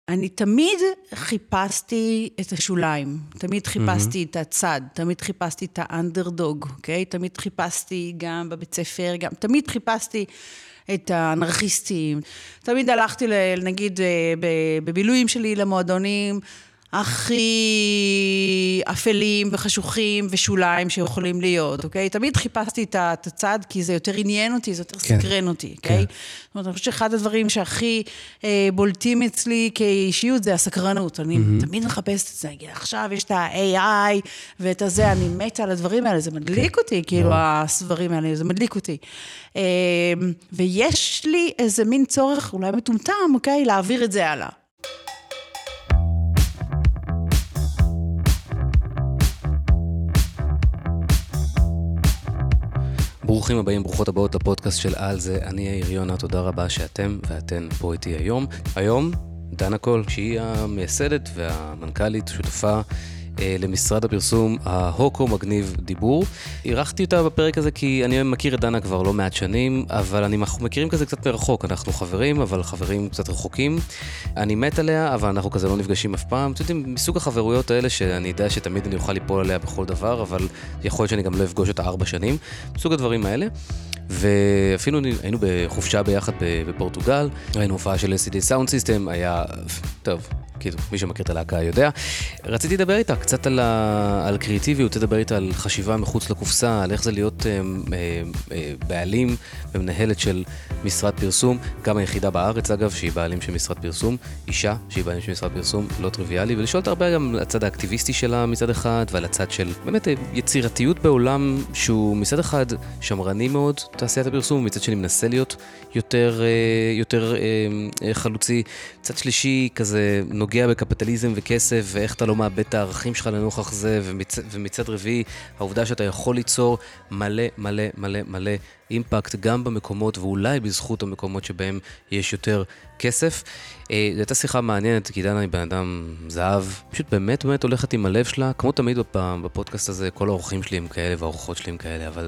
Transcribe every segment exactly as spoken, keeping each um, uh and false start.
אני תמיד חיפשתי את השוליים, תמיד חיפשתי את הצד, תמיד חיפשתי את האנדרדוג, אוקיי? תמיד חיפשתי גם בבית ספר, גם, תמיד חיפשתי את האנרכיסטים. תמיד הלכתי, נגיד, בבילויים שלי למועדונים, הכי אפלים וחשוכים ושוליים שיכולים להיות, אוקיי? תמיד חיפשתי את הצד, כי זה יותר עניין אותי, זה יותר סקרן אותי, אוקיי? זאת אומרת, אני חושבת שאחד הדברים שהכי בולטים אצלי כאישיות, זה הסקרנות. אני תמיד מחפשת את זה, עכשיו יש את ה-איי איי ואת הזה, אני מתה על הדברים האלה, זה מדליק אותי, כאילו, הסברים האלה, זה מדליק אותי. ויש לי איזה מין צורך, אולי מטומטם, אוקיי? להעביר את זה הלאה. ברוכים הבאים, ברוכות הבאות לפודקאסט של על זה. אני יאיר יונה, תודה רבה שאתם ואתן פה איתי היום. היום, דנה קול, שהיא המייסדת והמנכ"לית, שותפה אה, למשרד הפרסום ההוקו מגניב דיבור. ערכתי אותה בפרק הזה כי אני מכיר את דנה כבר לא מעט שנים, אבל אני מכירים כזה קצת מרחוק. אנחנו חברים, אבל חברים קצת רחוקים. אני מת עליה, אבל אנחנו כזה לא נפגשים אף פעם. אתם יודעים, מסוג החברויות האלה שאני יודע שתמיד אני אוכל ליפול עליה בכל דבר, אבל יכול להיות שאני גם לא אפגוש אותה ארבע שנים. מסוג הדברים האלה. ואפילו היינו בחופשה ביחד בפורטוגל, ראינו הופעה של אס סי די Sound System, היה, טוב, כאילו, מי שמכיר את הלהקה יודע. רציתי לדבר איתה קצת על, ה... על קריאטיביות, לדבר איתה על חשיבה מחוץ לקופסה, על איך זה להיות אה, אה, בעלים ומנהלת של משרד פרסום, גם היחידה בארץ אגב, שהיא בעלים של משרד פרסום, אישה שהיא בעלים של משרד פרסום, לא טריוויאלי, ולשאול הרבה גם על הצד האקטיביסטי שלה מצד אחד, ועל הצד של באמת יצירתיות בעולם שהוא מצד אחד שמרני מאוד, תעשיית הפרסום, מצד שני מנסה להיות יותר, יותר חלוצי, מצד שלישי כזה נוגע בקפיטליזם וכסף, ואיך אתה לא מאבד את הערכים שלך לנוכח זה, ומצד, ומצד רביעי, העובדה שאתה יכול ליצור מלא, מלא, מלא, מלא אימפקט, גם במקומות, ואולי בזכות המקומות שבהם יש יותר כסף. זו הייתה שיחה מעניינת, כי דנה היא בן אדם זהב, פשוט באמת באמת הולכת עם הלב שלה, כמו תמיד בפודקאסט הזה, כל האורחים שלי הם כאלה, והאורחות שלי הם כאלה, אבל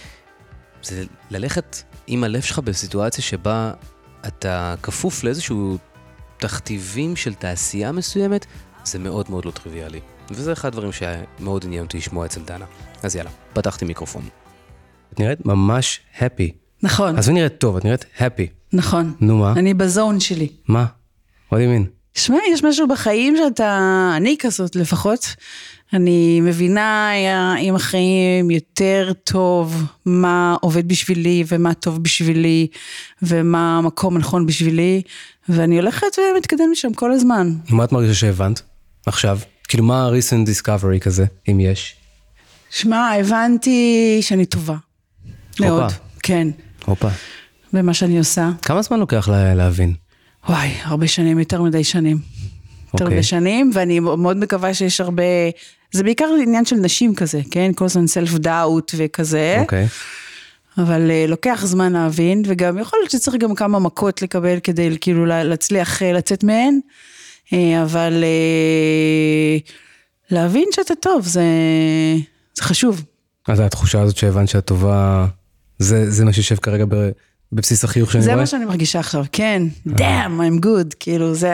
זה ללכת עם הלב שלך בסיטואציה שבה אתה כפוף לאיזשהו תכתיבים של תעשייה מסוימת, זה מאוד מאוד לא טריוויאלי. וזה אחד הדברים שמאוד עניין אותי לשמוע אצל דנה. אז יאללה, פתחתי מיקרופון. את נראית ממש happy. נכון. אז זה נראית טוב, את נראית happy. נכון. נו מה? אני בזון שלי. מה? What do you mean? שמע, יש משהו בחיים שאתה, אני כזאת לפחות, אני מבינה עם החיים יותר טוב מה עובד בשבילי ומה טוב בשבילי ומה המקום הנכון בשבילי, ואני הולכת ומתקדמת שם כל הזמן. מה את מרגישה שהבנת עכשיו? כאילו מה ה-recent discovery כזה, אם יש? שמע, הבנתי שאני טובה. מאוד. כן. הופה. במה שאני עושה. כמה זמן לוקח לה, להבין? וואי, הרבה שנים, יותר מדי שנים. יותר אוקיי. מדי שנים, ואני מאוד מקווה שיש הרבה, זה בעיקר עניין של נשים כזה, כן? כל הזמן self-doubt וכזה. אוקיי. אבל uh, לוקח זמן להבין, וגם יכול להיות שצריך גם כמה מכות לקבל, כדי כאילו להצליח uh, לצאת מהן, uh, אבל uh, להבין שאתה טוב, זה, זה חשוב. אז התחושה הזאת שהבנת שאת טובה, זה, זה מה שיושב כרגע ב... בבסיס החיוך שאני זה רואה? מה שאני מרגישה עכשיו, כן. damn, I'm good, כאילו זה...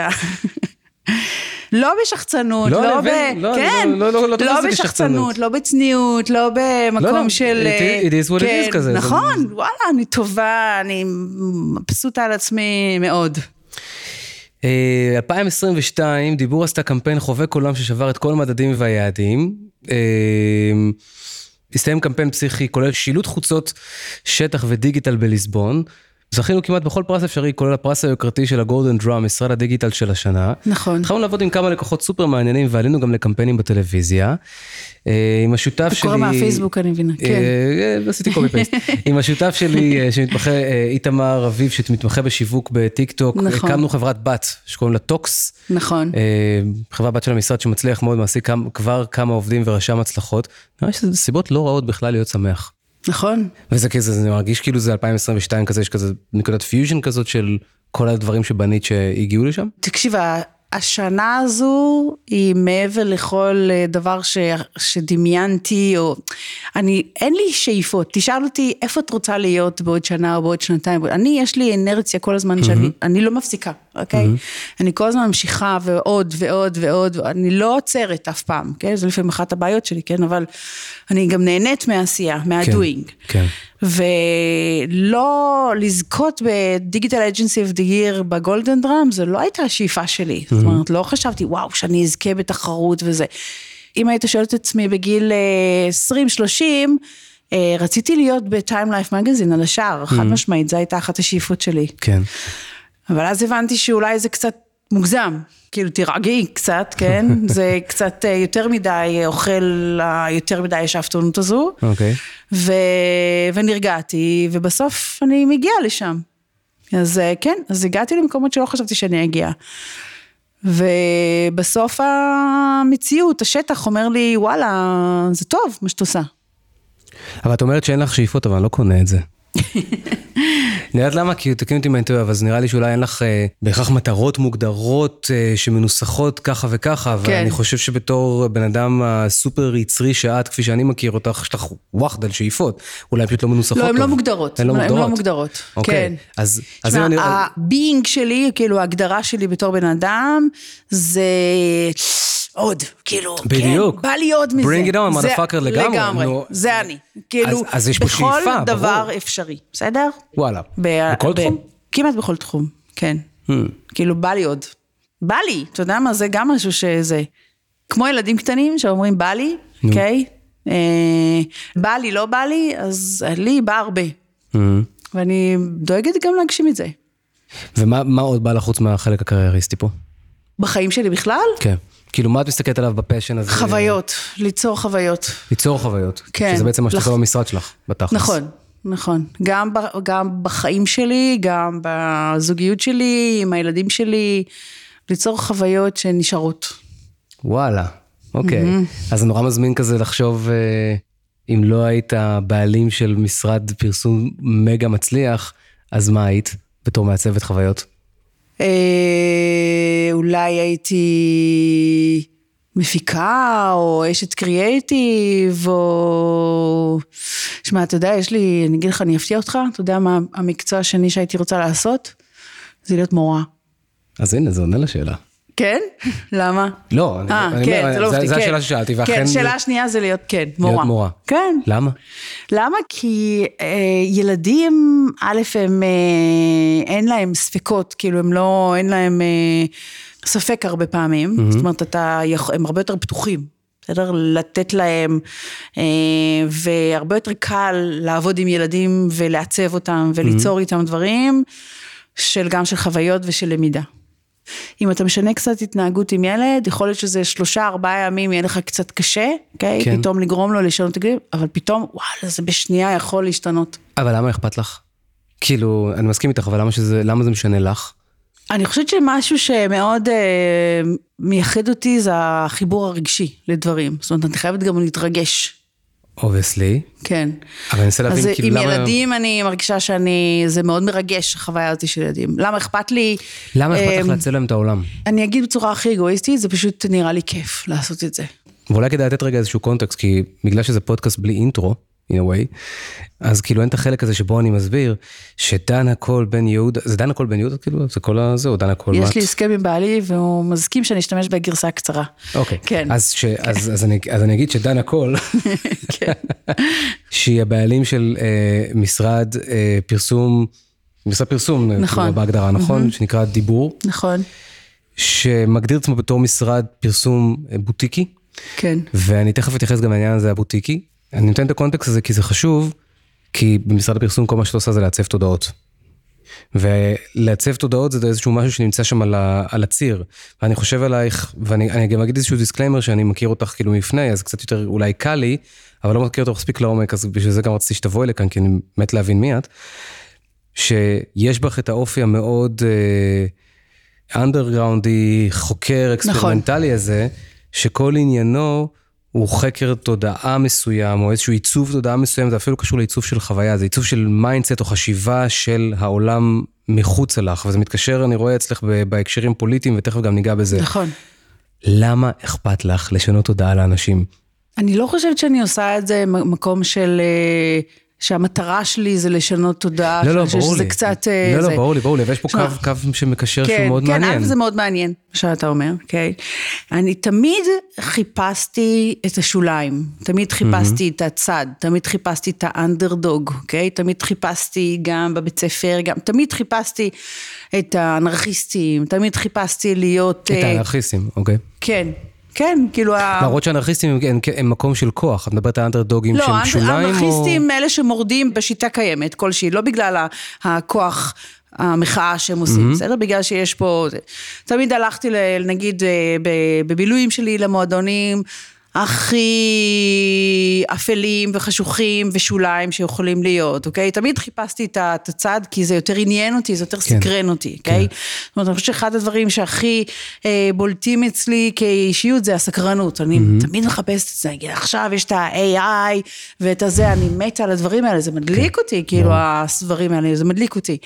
לא בשחצנות, לא ב... כן, לא בשחצנות, לא בצניעות, לא במקום של... it is what it is כזה. נכון, וואלה, אני טובה, אני מבסוטה על עצמי מאוד. אלפיים עשרים ושתיים, דיבור עשתה קמפיין חובק עולם ששבר את כל המדדים והיעדים. הסתיים קמפיין פסיכי, כולל שילוט חוצות שטח ודיגיטל בליסבון. זכינו כמעט בכל פרס אפשרי, כולל הפרס היוקרתי של הגולדן דראם, משרד הדיגיטל של השנה. נכון. התחלנו לעבוד עם כמה לקוחות סופר מעניינים, ועלינו גם לקמפיינים בטלוויזיה. עם השותף שלי... אתה קורא מהפייסבוק, אני מבינה, כן. עשיתי קופי פייסט. עם השותף שלי, שמתמחה, איתמר אביב, שמתמחה בשיווק בטיק טוק. נכון. הקמנו חברת בת, שקוראים לה טוקס. נכון. חברה בת של המשרד שמצליח מאוד, מעסיק כבר כמה עובדים ורשם הצלחות. נראה שזה סיבות לא רעות בכלל להיות שמח. נכון. וזה כזה, זה מרגיש כאילו זה אלפיים עשרים ושתיים כזה, יש כזה נקודת פיוז'ן כזאת של כל הדברים שבנית שהגיעו לשם? תקשיב, השנה הזו היא מעבר לכל דבר ש, שדמיינתי, או אני, אין לי שאיפות, תשאל אותי איפה את רוצה להיות בעוד שנה או בעוד שנתיים, אני, יש לי אנרציה כל הזמן mm-hmm. שאני, אני לא מפסיקה, אוקיי? Mm-hmm. אני כל הזמן ממשיכה ועוד ועוד ועוד, אני לא עוצרת אף פעם, כן? זה לפעמים אחת הבעיות שלי, כן? אבל אני גם נהנית מהעשייה, מהדוינג. כן, כן. ולא לזכות בדיגיטל אג'נסי אוף דה ייר בגולדן דראם, זה לא הייתה השאיפה שלי. Mm-hmm. זאת אומרת, לא חשבתי, וואו, שאני אזכה בתחרות וזה. אם היית שואלת את עצמי בגיל עשרים שלושים, רציתי להיות בטיים לייף מגזין על השער, mm-hmm. חד משמעית, זו הייתה אחת השאיפות שלי. כן. אבל אז הבנתי שאולי זה קצת מוגזם, כאילו תירגעי קצת, כן? זה קצת יותר מדי אוכל, יותר מדי השאפתנות הזו. אוקיי. ו... ונרגעתי, ובסוף אני מגיעה לשם. אז כן, אז הגעתי למקומות שלא חשבתי שאני אגיע. ובסוף המציאות, השטח אומר לי, וואלה, זה טוב מה שאת עושה. אבל את אומרת שאין לך שאיפות, אבל אני לא קונה את זה. נראית למה? כי תקנים אותי מהאינטואר, אבל זה נראה לי שאולי אין לך אה, בהכרח מטרות מוגדרות אה, שמנוסחות ככה וככה, כן. ואני חושב שבתור בן אדם הסופר יצרי שאת, כפי שאני מכיר אותך, יש לך וואחד על שאיפות, אולי פשוט לא מנוסחות. לא, הן לא מוגדרות. הן לא מוגדרות. הן לא מוגדרות, אוקיי. כן. אז, אז שמה, אני... הביינג שלי, כאילו ההגדרה שלי בתור בן אדם, זה... עוד, כאילו, בדיוק. כן, בא לי עוד מזה. Bring it on, motherfucker, לגמרי. לגמרי, נו, זה אני. כאילו, אז, אז יש פה בכל שאיפה, דבר ברור. אפשרי, בסדר? וואלה, ב- בכל ב- תחום? כמעט בכל תחום, כן. Hmm. כאילו, בא לי עוד. בא לי, אתה יודע מה, זה גם משהו שזה, כמו ילדים קטנים שאומרים, בא לי, אוקיי? אה, בא לי, לא בא לי, אז לי בא הרבה. Hmm. ואני דואגת גם להגשים את זה. ומה מה עוד בא לחוץ מהחלק הקרייריסטי פה? בחיים שלי בכלל? כן. כאילו, מה את מסתכלת עליו בפשן הזה? חוויות, ליצור חוויות. ליצור חוויות. כן. שזה בעצם מה שאתה לח... עושה במשרד שלך, בתכלס. נכון, נכון. גם, ב, גם בחיים שלי, גם בזוגיות שלי, עם הילדים שלי, ליצור חוויות שנשארות. וואלה, אוקיי. Mm-hmm. אז נורא מזמין כזה לחשוב, אם לא היית בעלים של משרד פרסום מגה מצליח, אז מה היית בתור מעצבת חוויות? אולי הייתי מפיקה, או אשת קריאייטיב, או... שמע, אתה יודע, יש לי, אני אגיד לך, אני אפתיע אותך, אתה יודע מה המקצוע השני שהייתי רוצה לעשות? זה להיות מורה. אז הנה, זה עונה לשאלה. כן? למה? לא, אני, 아, אני כן, אומר, זה, לא זה, מפתיע, זה כן. השאלה ששאלתי, ואכן... כן, שאלה השנייה זה להיות, כן, מורה. להיות מורה. כן. למה? למה? כי אה, ילדים, א', הם, אה, אין להם ספקות, כאילו הם לא, אין להם אה, ספק הרבה פעמים, mm-hmm. זאת אומרת, אתה, הם הרבה יותר פתוחים, בסדר? לתת להם, אה, והרבה יותר קל לעבוד עם ילדים ולעצב אותם, וליצור mm-hmm. איתם דברים, של גם של חוויות ושל למידה. אם אתה משנה קצת התנהגות עם ילד, יכול להיות שזה שלושה, ארבעה ימים, יהיה לך קצת קשה, okay? כן. פתאום לגרום לו לשנות, אבל פתאום, וואלה, זה בשנייה יכול להשתנות. אבל למה אכפת לך? כאילו, אני מסכים איתך, אבל למה, שזה, למה זה משנה לך? אני חושבת שמשהו שמאוד אה, מייחד אותי, זה החיבור הרגשי לדברים. זאת אומרת, אני חייבת גם להתרגש. אובייסלי. כן. אבל אני אנסה להבין, אז כאילו, עם למה... ילדים אני מרגישה שאני, זה מאוד מרגש, החוויה הזאת של ילדים. למה אכפת לי... למה אכפת לך להציל להם את העולם? אני אגיד בצורה הכי אגואיסטית, זה פשוט נראה לי כיף לעשות את זה. ואולי כדאי לתת רגע איזשהו קונטקסט, כי בגלל שזה פודקאסט בלי אינטרו, in a way, אז כאילו אין את החלק הזה שבו אני מסביר, שדנה קול בן יהודה, זה דנה קול בן יהודה, כאילו, זה כל הזה, או דנה קול מת? יש לי הסכם עם בעלי, והוא מסכים שאני אשתמש בגרסה הקצרה. אוקיי, כן. אז, ש, אז, אז, אני, אז אני אגיד שדנה קול, כן. שהיא הבעלים של אה, משרד אה, פרסום, משרד פרסום, נכון. כאילו, בהגדרה, נכון? Mm-hmm. שנקרא דיבור. נכון. שמגדיר עצמו בתור משרד פרסום בוטיקי. כן. ואני תכף אתייחס גם לעניין הזה הבוטיקי. אני נותן את הקונטקסט הזה כי זה חשוב, כי במשרד הפרסום כל מה שאתה עושה זה לעצב תודעות. ולעצב תודעות זה איזשהו משהו שנמצא שם על, ה, על הציר. ואני חושב עלייך, ואני גם אגיד איזשהו דיסקליימר שאני מכיר אותך כאילו מפני, אז קצת יותר אולי קל לי, אבל לא מכיר אותך מספיק לעומק, אז בשביל זה גם רציתי שתבואי לכאן, כי אני מת להבין מי את, שיש בך את האופי המאוד אנדרגראונדי, חוקר, אקספרימנטלי הזה, שכל עניינו הוא חקר תודעה מסוים, או איזשהו עיצוב תודעה מסוים, זה אפילו קשור לעיצוב של חוויה, זה עיצוב של מיינדסט או חשיבה של העולם מחוץ לך, וזה מתקשר, אני רואה אצלך בהקשרים פוליטיים, ותכף גם ניגע בזה. נכון. למה אכפת לך לשנות תודעה לאנשים? אני לא חושבת שאני עושה את זה מקום של... שהמטרה שלי זה לשנות תודעה. לא, לא, ברור לי. קצת... לא, לא, ברור לי, ברור לי, ויש פה קו שמקשר שהוא מאוד מעניין. כן, זה מאוד מעניין, שאתה אומר, כן. אני תמיד חיפשתי את השוליים, תמיד חיפשתי את הצד, תמיד חיפשתי את האנדרדוג, אוקיי? תמיד חיפשתי גם בבית ספר, גם, תמיד חיפשתי את האנרכיסטים, תמיד חיפשתי להיות... את האנרכיסטים, אוקיי. כן. כן, כאילו... למרות שהאנרכיסטים הם מקום של כוח, את מדברת האנדרדוגים שהם שוליים או... לא, האנרכיסטים אלה שמורדים בשיטה קיימת, כלשהי, לא בגלל הכוח, המחאה שהם עושים, בסדר? בגלל שיש פה... תמיד הלכתי, נגיד, בבילויים שלי למועדונים, הכי אפלים וחשוכים ושוליים שיכולים להיות, אוקיי? תמיד חיפשתי את הצד, כי זה יותר עניין אותי, זה יותר סקרן אותי, אוקיי? זאת אומרת, אני חושבת שאחד הדברים שהכי בולטים אצלי כאישיות זה הסקרנות. אני תמיד מחפשת את זה, נגיד, עכשיו יש את ה-איי איי ואת הזה, אני מתה על הדברים האלה, זה מדליק אותי, כאילו, הדברים האלה, זה מדליק אותי.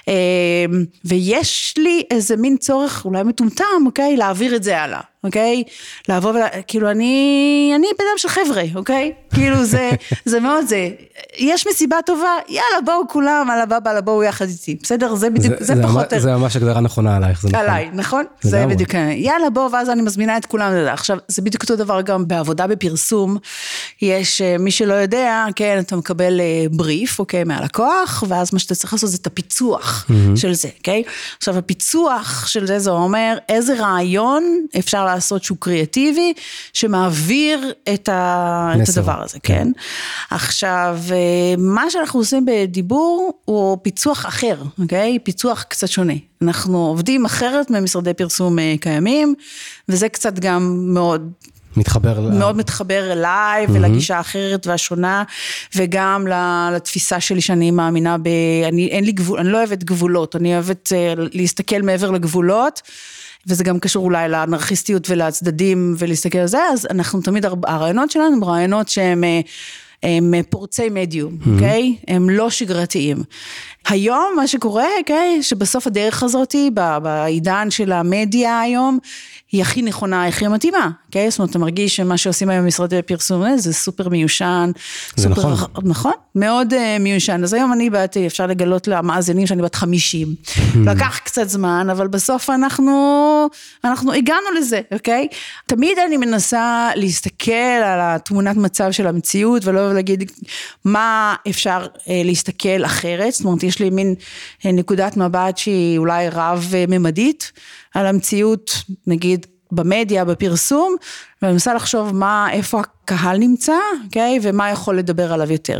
ויש לי איזה מין צורך, אולי מטומטם, אוקיי? להעביר את זה הלאה. אוקיי? לעבור ולה... כאילו, אני, אני בדם של חבר'ה, אוקיי? כאילו, זה, זה מאוד זה. יש מסיבה טובה, יאללה, בואו כולם, על הבא, על הבואו יחד איתי. בסדר? זה בדיוק, זה, זה, זה זה פחות... זה ממש הגדרה נכונה עלייך, זה נכון. עליי, נכון? זה בדיוק, יאללה, בואו, ואז אני מזמינה את כולם לזה. עכשיו, זה בדיוק אותו דבר גם בעבודה בפרסום, יש, מי שלא יודע, כן, אתה מקבל בריף, אוקיי, מהלקוח, ואז מה שאתה צריך לעשות זה את הפיצוח mm-hmm. של זה, אוקיי? עכשיו, הפיצוח של זה, זה אומר, איזה רעיון אפשר לעשות שהוא קריאטיבי, שמעביר את, ה... את הדבר הזה, כן? כן? עכשיו, מה שאנחנו עושים בדיבור, הוא פיצוח אחר, אוקיי? פיצוח קצת שונה. אנחנו עובדים אחרת ממשרדי פרסום קיימים, וזה קצת גם מאוד... מתחבר מאוד ל... מתחבר אליי, mm-hmm. ולגישה האחרת והשונה, וגם לתפיסה שלי שאני מאמינה ב... אני, אין לי גבול, אני לא אוהבת גבולות, אני אוהבת להסתכל מעבר לגבולות, וזה גם קשור אולי לאנרכיסטיות ולצדדים ולהסתכל על זה, אז אנחנו תמיד, הרעיונות שלנו הם רעיונות שהם הם פורצי מדיום, אוקיי? Mm-hmm. הם לא שגרתיים. היום מה שקורה, אוקיי? שבסוף הדרך הזאת, בעידן של המדיה היום, היא הכי נכונה, הכי מתאימה, אוקיי? זאת אומרת, אתה מרגיש שמה שעושים היום במשרדי פרסום, זה סופר מיושן. זה סופר, נכון. נכון? מאוד uh, מיושן. אז היום אני באתי, אפשר לגלות למאזינים שאני בת חמישים. לקח קצת זמן, אבל בסוף אנחנו, אנחנו הגענו לזה, אוקיי? תמיד אני מנסה להסתכל על התמונת מצב של המציאות, ולא להגיד מה אפשר uh, להסתכל אחרת. זאת אומרת, יש לי מין uh, נקודת מבט שהיא אולי רב uh, ממדית, על המציאות, נגיד, במדיה, בפרסום, ואני מנסה לחשוב מה, איפה הקהל נמצא, אוקיי? ומה יכול לדבר עליו יותר.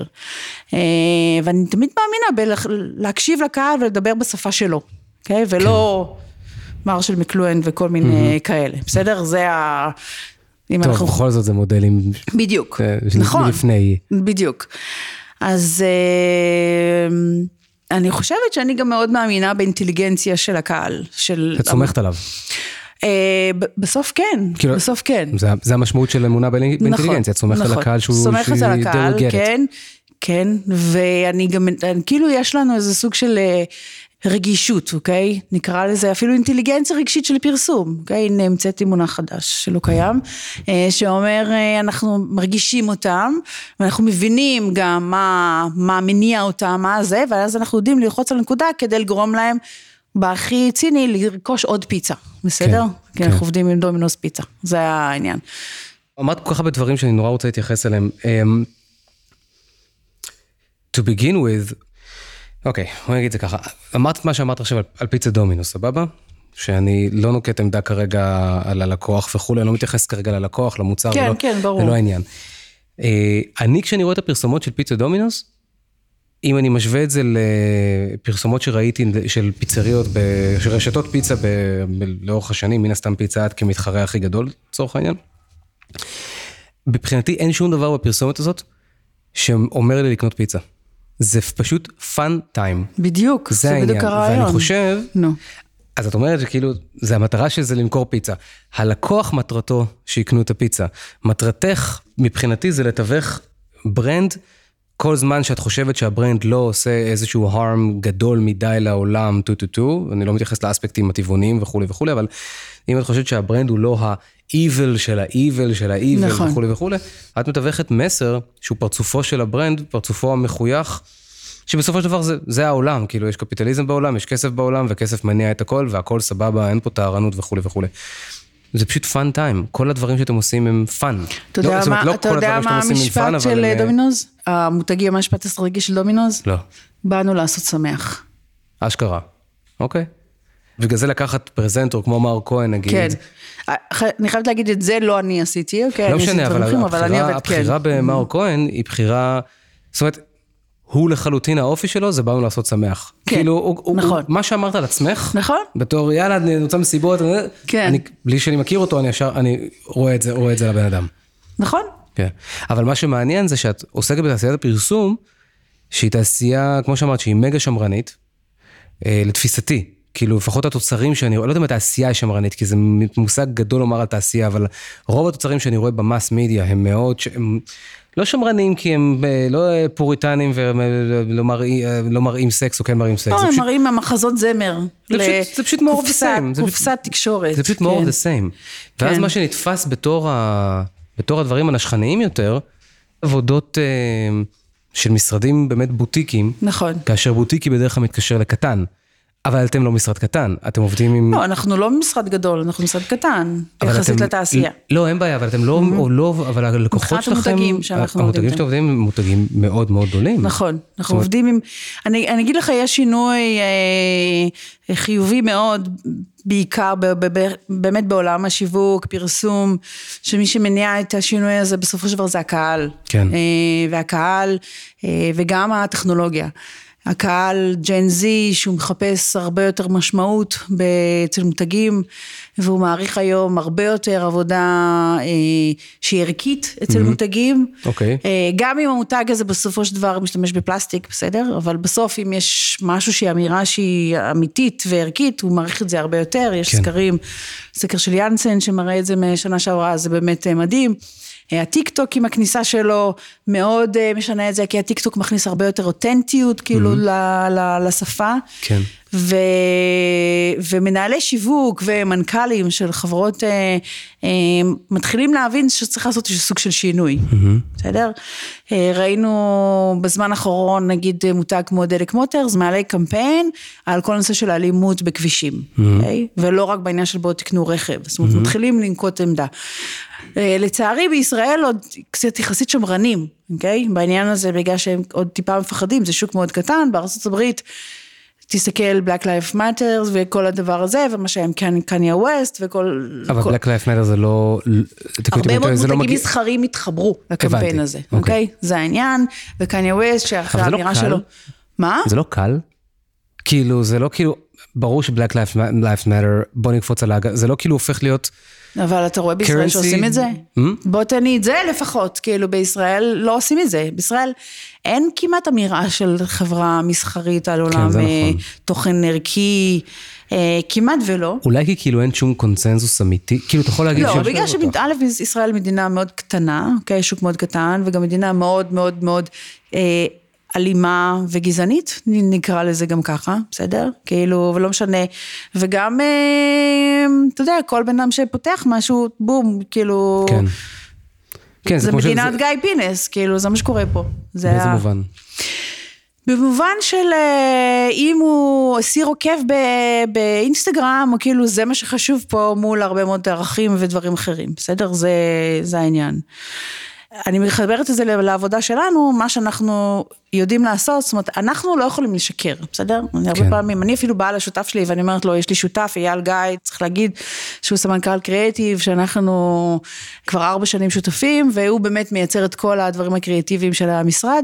ואני תמיד מאמינה בלהקשיב לקהל ולדבר בשפה שלו, אוקיי? ולא מרשל מקלואין וכל מיני כאלה, בסדר? זה ה... טוב, בכל זאת זה מודלים... בדיוק, נכון. לפני. בדיוק. אז... אני חושבת שאני גם מאוד מאמינה באינטליגנציה של הקהל. את סומכת עליו. בסוף כן, בסוף כן. זה המשמעות של אמונה באינטליגנציה, את סומכת על הקהל שהוא... סומכת על הקהל, כן, כן, ואני גם, כאילו יש לנו איזה סוג של רגישות, אוקיי? נקרא לזה אפילו אינטליגנציה רגשית של פרסום, אוקיי? נמצאתי מונח חדש שלא קיים, שאומר אנחנו מרגישים אותם, ואנחנו מבינים גם מה, מה מניע אותם, מה זה, ואז אנחנו יודעים ללחוץ על נקודה כדי לגרום להם בהכי ציני לרכוש עוד פיצה, בסדר? כי אנחנו עובדים עם דומינוס פיצה, זה העניין. אמרת כל כך הרבה דברים שאני נורא רוצה להתייחס אליהם. To begin with, אוקיי, בואי נגיד את זה ככה, אמרת את מה שאמרת עכשיו על, על פיצה דומינוס, סבבה? שאני לא נוקט עמדה כרגע על הלקוח וכו', אני לא מתייחס כרגע ללקוח, למוצר, כן, ולא, כן, ברור. ולא העניין. אני כשאני רואה את הפרסומות של פיצה דומינוס, אם אני משווה את זה לפרסומות שראיתי של פיצריות, של רשתות פיצה ב, ב, לאורך השנים, מן הסתם פיצה עד כמתחרה הכי גדול, לצורך העניין. מבחינתי אין שום דבר בפרסומת הזאת, שאומר לי לקנות פיצה. זה פשוט fun time. בדיוק, זה, זה בדיוק הרעיון. ואני חושב, no. אז את אומרת שכאילו, זה המטרה של זה למכור פיצה. הלקוח מטרתו שיקנו את הפיצה. מטרתך, מבחינתי, זה לתווך ברנד, כל זמן שאת חושבת שהברנד לא עושה איזשהו harm גדול מדי לעולם, טו טו טו, אני לא מתייחס לאספקטים הטבעוניים וכו' וכו', אבל אם את חושבת שהברנד הוא לא ה-evil של ה-evil של ה-evil נכון. וכו' וכו', את מתווכת מסר שהוא פרצופו של הברנד, פרצופו המחויך, שבסופו של דבר זה, זה העולם, כאילו יש קפיטליזם בעולם, יש כסף בעולם, וכסף מניע את הכל, והכל סבבה, אין פה טהרנות וכו' וכו'. זה פשוט fun time, כל הדברים שאתם עושים הם fun. אתה יודע מה, לא אתה יודע מה המשפט של אבל... דומינוז? המותגי, מה המשפט האסטרטגי של דומינוז? לא. באנו לעשות שמח. אשכרה, אוקיי. בגלל זה לקחת פרזנטור, כמו מר כהן נגיד. כן, אני חייבת להגיד את זה, לא אני עשיתי, אוקיי? לא משנה, אבל הבחירה, אבל אני עובד, הבחירה כן. במר כהן היא בחירה, זאת אומרת, הוא לחלוטין האופי שלו, זה באנו לעשות שמח. כן, כאילו, הוא, נכון. הוא, מה שאמרת על עצמך, נכון. בתור, יאללה, אני רוצה מסיבות, כן. אני, בלי שאני מכיר אותו, אני ישר, אני רואה את זה, רואה את זה לבן אדם. נכון. כן. אבל מה שמעניין זה שאת עוסקת בתעשיית הפרסום, שהיא תעשייה, כמו שאמרת, שהיא מגה שמרנית, לתפיסתי. כאילו, לפחות התוצרים שאני רואה, לא יודע אם התעשייה היא שמרנית, כי זה מושג גדול לומר על תעשייה, אבל רוב התוצרים שאני רואה במאס מדיה, הם מאוד, הם לא שמרנים, כי הם לא פוריטנים, ולא מראים, לא מראים סקס, או כן מראים סקס. לא, הם מראים המחזות זמר. זה פשוט more of the same. קופסת תקשורת. זה פשוט more of the same. ואז מה שנתפס בתור הדברים הנשכניים יותר, עבודות של משרדים באמת בוטיקים. נכון. כאשר בוטיקי בדרך כלל מתקשר לקטן. אבל אתם לא משרד קטן, אתם עובדים עם... לא, אנחנו לא משרד גדול, אנחנו משרד קטן, יחסית לתעשייה. לא, אין בעיה, אבל אתם לא, או לא, אבל הלקוחות שלכם... מבחינת המותגים שאנחנו עובדים. המותגים שאתם עובדים הם מותגים מאוד מאוד גדולים. נכון, אנחנו עובדים עם... אני אגיד לך, יש שינוי חיובי מאוד, בעיקר באמת בעולם השיווק, פרסום, שמי שמניע את השינוי הזה בסופו של דבר זה הקהל. כן. והקהל, וגם הטכנולוגיה. הקהל ג'ן זי, שהוא מחפש הרבה יותר משמעות אצל מותגים, והוא מעריך היום הרבה יותר עבודה אה, שהיא ערכית אצל mm-hmm. מותגים. אוקיי. אה, גם אם המותג הזה בסופו של דבר משתמש בפלסטיק, בסדר? אבל בסוף אם יש משהו שהיא אמירה שהיא אמיתית וערכית, הוא מעריך את זה הרבה יותר. יש כן. סקרים, סקר של יאנסן שמראה את זה משנה שעברה, זה באמת מדהים. הטיק טוק עם הכניסה שלו מאוד משנה את זה, כי הטיק טוק מכניס הרבה יותר אותנטיות, כאילו, mm-hmm. לשפה. כן. ו... ומנהלי שיווק ומנכ"לים של חברות אה, אה, מתחילים להבין שצריך לעשות איזה סוג של שינוי. Mm-hmm. בסדר? אה, ראינו בזמן האחרון, נגיד מותג כמו דלק מוטרס, מעלי קמפיין על כל נושא של האלימות בכבישים. Mm-hmm. Okay? ולא רק בעניין של בואו תקנו רכב. זאת אומרת, mm-hmm. מתחילים לנקוט עמדה. לצערי בישראל עוד קצת יחסית שמרנים, אוקיי? בעניין הזה, בגלל שהם עוד טיפה מפחדים, זה שוק מאוד קטן, בארצות הברית, תסתכל Black Lives Matter וכל הדבר הזה, ומה שהם קניה ווסט וכל... אבל Black Lives Matter זה לא... הרבה מאוד מותגים מסחרים התחברו לקמפיין הזה, אוקיי? זה העניין, וקניה ווסט, שאחרי האמירה שלו... מה? זה לא קל? כאילו, זה לא כאילו... ברור ש-Black Lives Matter, בוא נקפוץ על ההגה, זה לא כאילו הופך להיות... אבל אתה רואה בישראל שעושים את זה? בוא תני את זה לפחות, כאילו בישראל לא עושים את זה. בישראל אין כמעט אמירה של חברה מסחרית על עולם תוכן ערכי, כמעט ולא. אולי כי כאילו אין שום קונצנזוס אמיתי, כאילו אתה יכול להגיד... לא, בגלל שא' ישראל מדינה מאוד קטנה, שוק מאוד קטן, וגם מדינה מאוד מאוד מאוד... אלימה וגזענית, נקרא לזה גם ככה, בסדר? כאילו, ולא משנה, וגם, אתה יודע, כל בן אדם שפותח משהו, בום, כאילו, כן. כן, זה מדינת גיא פינס, כאילו, זה מה שקורה פה. באיזה מובן? במובן של, אם הוא סיר עוקב באינסטגרם, או כאילו, זה מה שחשוב פה מול הרבה מאוד ערכים ודברים אחרים, בסדר? זה, זה העניין. אני מחברת את זה לעבודה שלנו, מה שאנחנו יודעים לעשות, זאת אומרת, אנחנו לא יכולים לשקר, בסדר? אני הרבה פעמים, אני אפילו באה לשותף שלי, ואני אומרת לו, יש לי שותף, אייל גיא, צריך להגיד שהוא סמנכ"ל קריאטיב, שאנחנו כבר ארבע שנים שותפים, והוא באמת מייצר את כל הדברים הקריאטיביים של המשרד,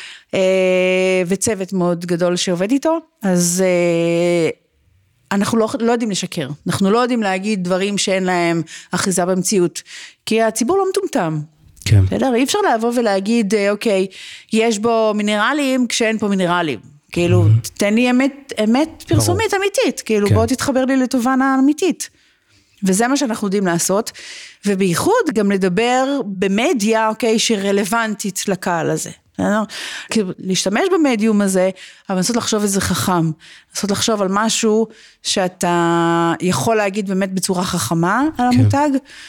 וצוות מאוד גדול שעובד איתו, אז אנחנו לא, לא יודעים לשקר, אנחנו לא יודעים להגיד דברים שאין להם אחיזה במציאות, כי הציבור לא מטומטם, כן. בסדר? אי אפשר לבוא ולהגיד, אוקיי, יש בו מינרלים כשאין פה מינרלים. כאילו, תן לי אמת, אמת פרסומית אמיתית, כאילו, בוא תתחבר לי לתובנה האמיתית. וזה מה שאנחנו יודעים לעשות, ובייחוד גם לדבר במדיה, אוקיי, שרלוונטית לקהל הזה. כאילו, להשתמש במדיום הזה, אבל לנסות לחשוב את זה חכם, לנסות לחשוב על משהו שאתה יכול להגיד באמת בצורה חכמה על המותג,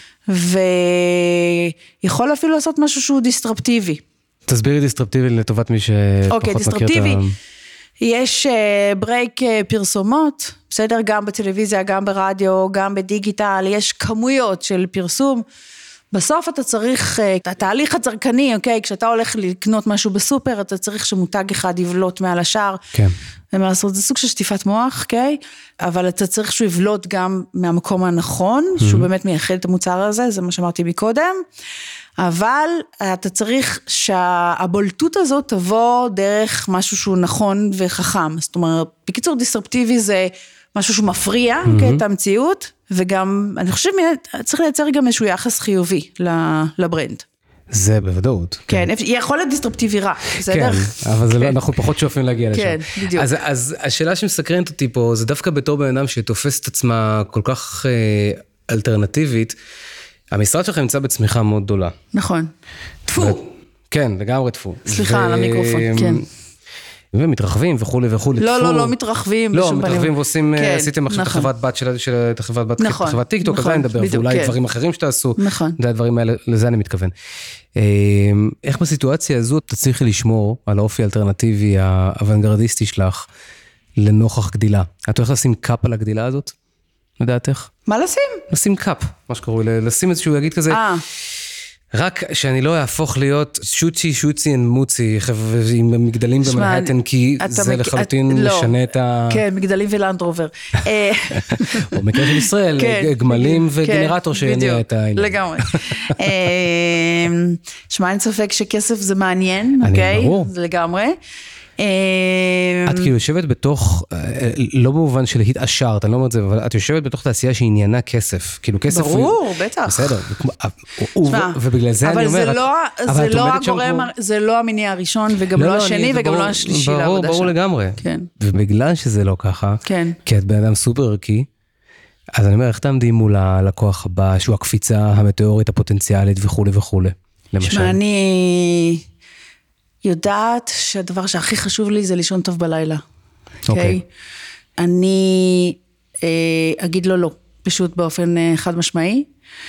ויכול אפילו לעשות משהו שהוא דיסטרפטיבי. תסבירי דיסטרפטיבי לטובת מי שפחות מכיר את ה... אוקיי, דיסטרפטיבי. יש ברייק פרסומות, בסדר? גם בטלוויזיה, גם ברדיו, גם בדיגיטל, יש כמויות של פרסום. בסוף אתה צריך, את התהליך הצרכני, אוקיי? כשאתה הולך לקנות משהו בסופר, אתה צריך שמותג אחד יבלוט מעל השאר. כן. ומה לעשות, זה סוג של שטיפת מוח, אוקיי? אבל אתה צריך שהוא יבלוט גם מהמקום הנכון, שהוא באמת מייחד את המוצר הזה, זה מה שאמרתי מקודם. אבל אתה צריך שהבולטות הזאת תבוא דרך משהו שהוא נכון וחכם. זאת אומרת, בקיצור דיסטרפטיבי זה משהו שהוא מפריע, את המציאות, וגם, אני חושב, צריך לייצר גם איזשהו יחס חיובי לברנד. זה בוודאות. כן, יכול להיות דיסטרפטיבי רע, בסדר? כן, אבל אנחנו פחות שואפים להגיע לשם. כן, בדיוק. אז השאלה שמסקרנת אותי פה, זה דווקא בתור בן אדם שתופס את עצמה כל כך אלטרנטיבית, המשרד שלך נמצא בצמיחה מאוד גדולה. נכון. תפו. כן, לגמרי תפו. סליחה, על המיקרופון, כן. ומתרחבים וכו' וכו'. לא, לא, לא מתרחבים. לא, מתרחבים ועושים, עשיתם עכשיו את החברת בת של החברת בת, חברת טיקטוק, אז אני מדבר, ואולי דברים אחרים שתעשו. נכון. זה הדברים האלה, לזה אני מתכוון. איך בסיטואציה הזו תצליחי לשמור על האופי האלטרנטיבי האוונגרדיסטי שלך לנוכח גדילה? את הולכת לשים קאפ על הגדילה הזאת? לדעתך? מה לשים? לשים קאפ, מה שקורא, לשים איזשהו יגיד כזה, רק שאני לא אהפוך להיות שוצי, שוצי ומוצי, עם מגדלים במנהטן, כי זה לחלוטין משנה את ה... כן, מגדלים ולנדרובר. או מקרה של ישראל, גמלים וגנרטור שיניע את העניין. לגמרי. שמע, אין ספק שכסף זה מעניין, אוקיי? ברור. זה לגמרי. את כאילו יושבת בתוך, לא במובן של התעשרת, אני לא אומר את זה, אבל את יושבת בתוך תעשייה שעניינה כסף, כאילו כסף... ברור, בטח. בסדר, ובגלל זה אני אומר... אבל זה לא הגורם, זה לא המיני הראשון, וגם לא השני, וגם לא השלישי לעבודה שם. ברור, ברור לגמרי. ובגלל שזה לא ככה, כי את בן אדם סופר ערכי, אז אני אומר, איך תעמדי מול הלקוח הבא, שהוא הקפיצה המטאורית הפוטנציאלית וכו' וכו', למשל? שמע, אני... יודעת שהדבר שהכי חשוב לי זה לישון טוב בלילה. אוקיי. אני אגיד לו לא, פשוט באופן חד משמעי,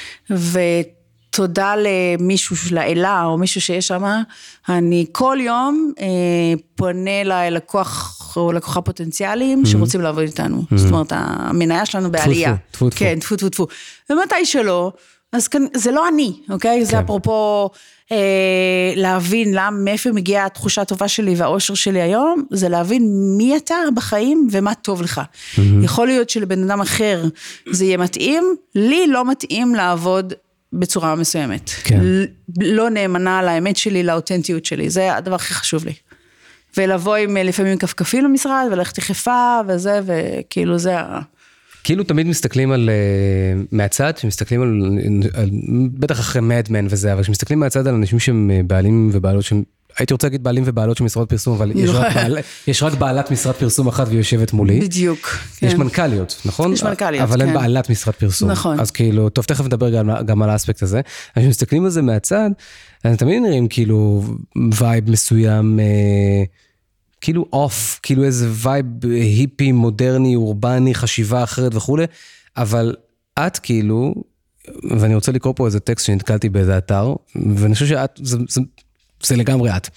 ותודה למישהו, לאלה או מישהו שיש שם, אני כל יום פונה ללקוח או לקוחה פוטנציאליים שרוצים לעבוד איתנו. זאת אומרת, המניה שלנו בעלייה. טפו, טפו. כן, טפו, טפו, טפו. ומתי שלא, אז זה לא אני, אוקיי? זה אפרופו... להבין למה, מאיפה מגיעה התחושה הטובה שלי והאושר שלי היום, זה להבין מי אתה בחיים ומה טוב לך. יכול להיות שלבן אדם אחר זה יהיה מתאים, לי לא מתאים לעבוד בצורה מסוימת. לא נאמנה לאמת שלי, לאותנטיות שלי, זה הדבר הכי חשוב לי. ולבוא עם לפעמים כפכפים למשרד, וללכת יחפה וזה, וכאילו זה... כאילו תמיד מסתכלים על, מהצד, שמסתכלים על, על בטח אחרי מדמן וזה, אבל שמסתכלים מהצד על אנשים שהם בעלים ובעלות, שהם, הייתי רוצה להגיד בעלים ובעלות של משרד פרסום, אבל יש רק, בעל, יש רק בעלת משרד פרסום אחת והיא יושבת מולי. בדיוק. יש כן. מנכ"ליות, נכון? יש מנכ"ליות, אבל כן. אין בעלת משרד פרסום. נכון. אז כאילו, טוב, תכף נדבר גם, גם על האספקט הזה. אז כשמסתכלים על זה מהצד, אז תמיד נראים כאילו וייב מסוים, כאילו אוף, כאילו איזה וייב היפי, מודרני, אורבני, חשיבה אחרת וכו'. אבל את כאילו, ואני רוצה לקרוא פה איזה טקסט שנתקלתי באיזה אתר, ואני חושב שאת, זה, זה, זה לגמרי את.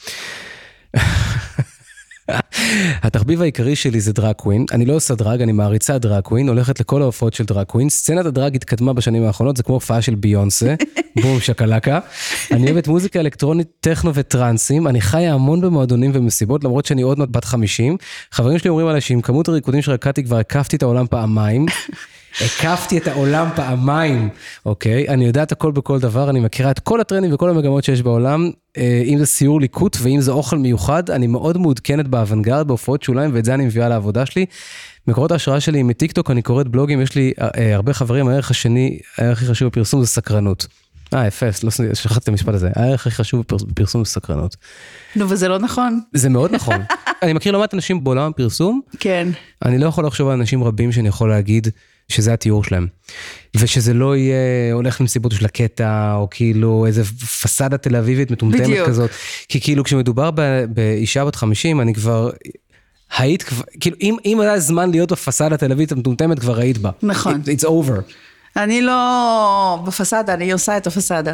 התחביב העיקרי שלי זה דרג קווין, אני לא עושה דרג, אני מעריצה דרג קווין, הולכת לכל ההופעות של דרג קווין, סצנת הדרג התקדמה בשנים האחרונות, זה כמו הופעה של ביונסה, בום שקלקה, אני אוהבת מוזיקה אלקטרונית, טכנו וטרנסים, אני חיה המון במועדונים ומסיבות, למרות שאני עוד מעט בת חמישים, חברים שלי אומרים עליי שעם כמות הריקודים שרקדתי כבר הקפתי את העולם פעמיים, הקפתי את העולם פעמיים, אוקיי? אני יודעת הכל בכל דבר, אני מכירה את כל הטרנדים וכל המגמות שיש בעולם, אם זה סיור ליקוט ואם זה אוכל מיוחד, אני מאוד מעודכנת באוונגרד, בהופעות שוליים, ואת זה אני מביאה לעבודה שלי. מקורות ההשראה שלי מטיקטוק, אני קוראת בלוגים, יש לי הרבה חברים, הערך השני, הערך הכי חשוב בפרסום זה סקרנות. אה, אפס, לא שכחתי את המשפט הזה, הערך הכי חשוב בפרסום זה סקרנות. נו, וזה לא נכון. זה מאוד נכון. אני מכיר לא מעט אנשים בעולם הפרסום. כן. אני לא יכול לחשוב על אנשים רבים שאני יכול להגיד שזה התיאור שלהם. ושזה לא יהיה הולך למסיבות של הקטע, או כאילו איזה פסדה תל אביבית מטומטמת בדיוק. כזאת. כי כאילו כשמדובר באישה בת חמישים, אני כבר... היית כבר, כאילו, אם, אם היה זמן להיות בפסדה תל אביבית המטומטמת, כבר היית בה. נכון. It, it's over. אני לא בפסדה, אני עושה את הפסדה.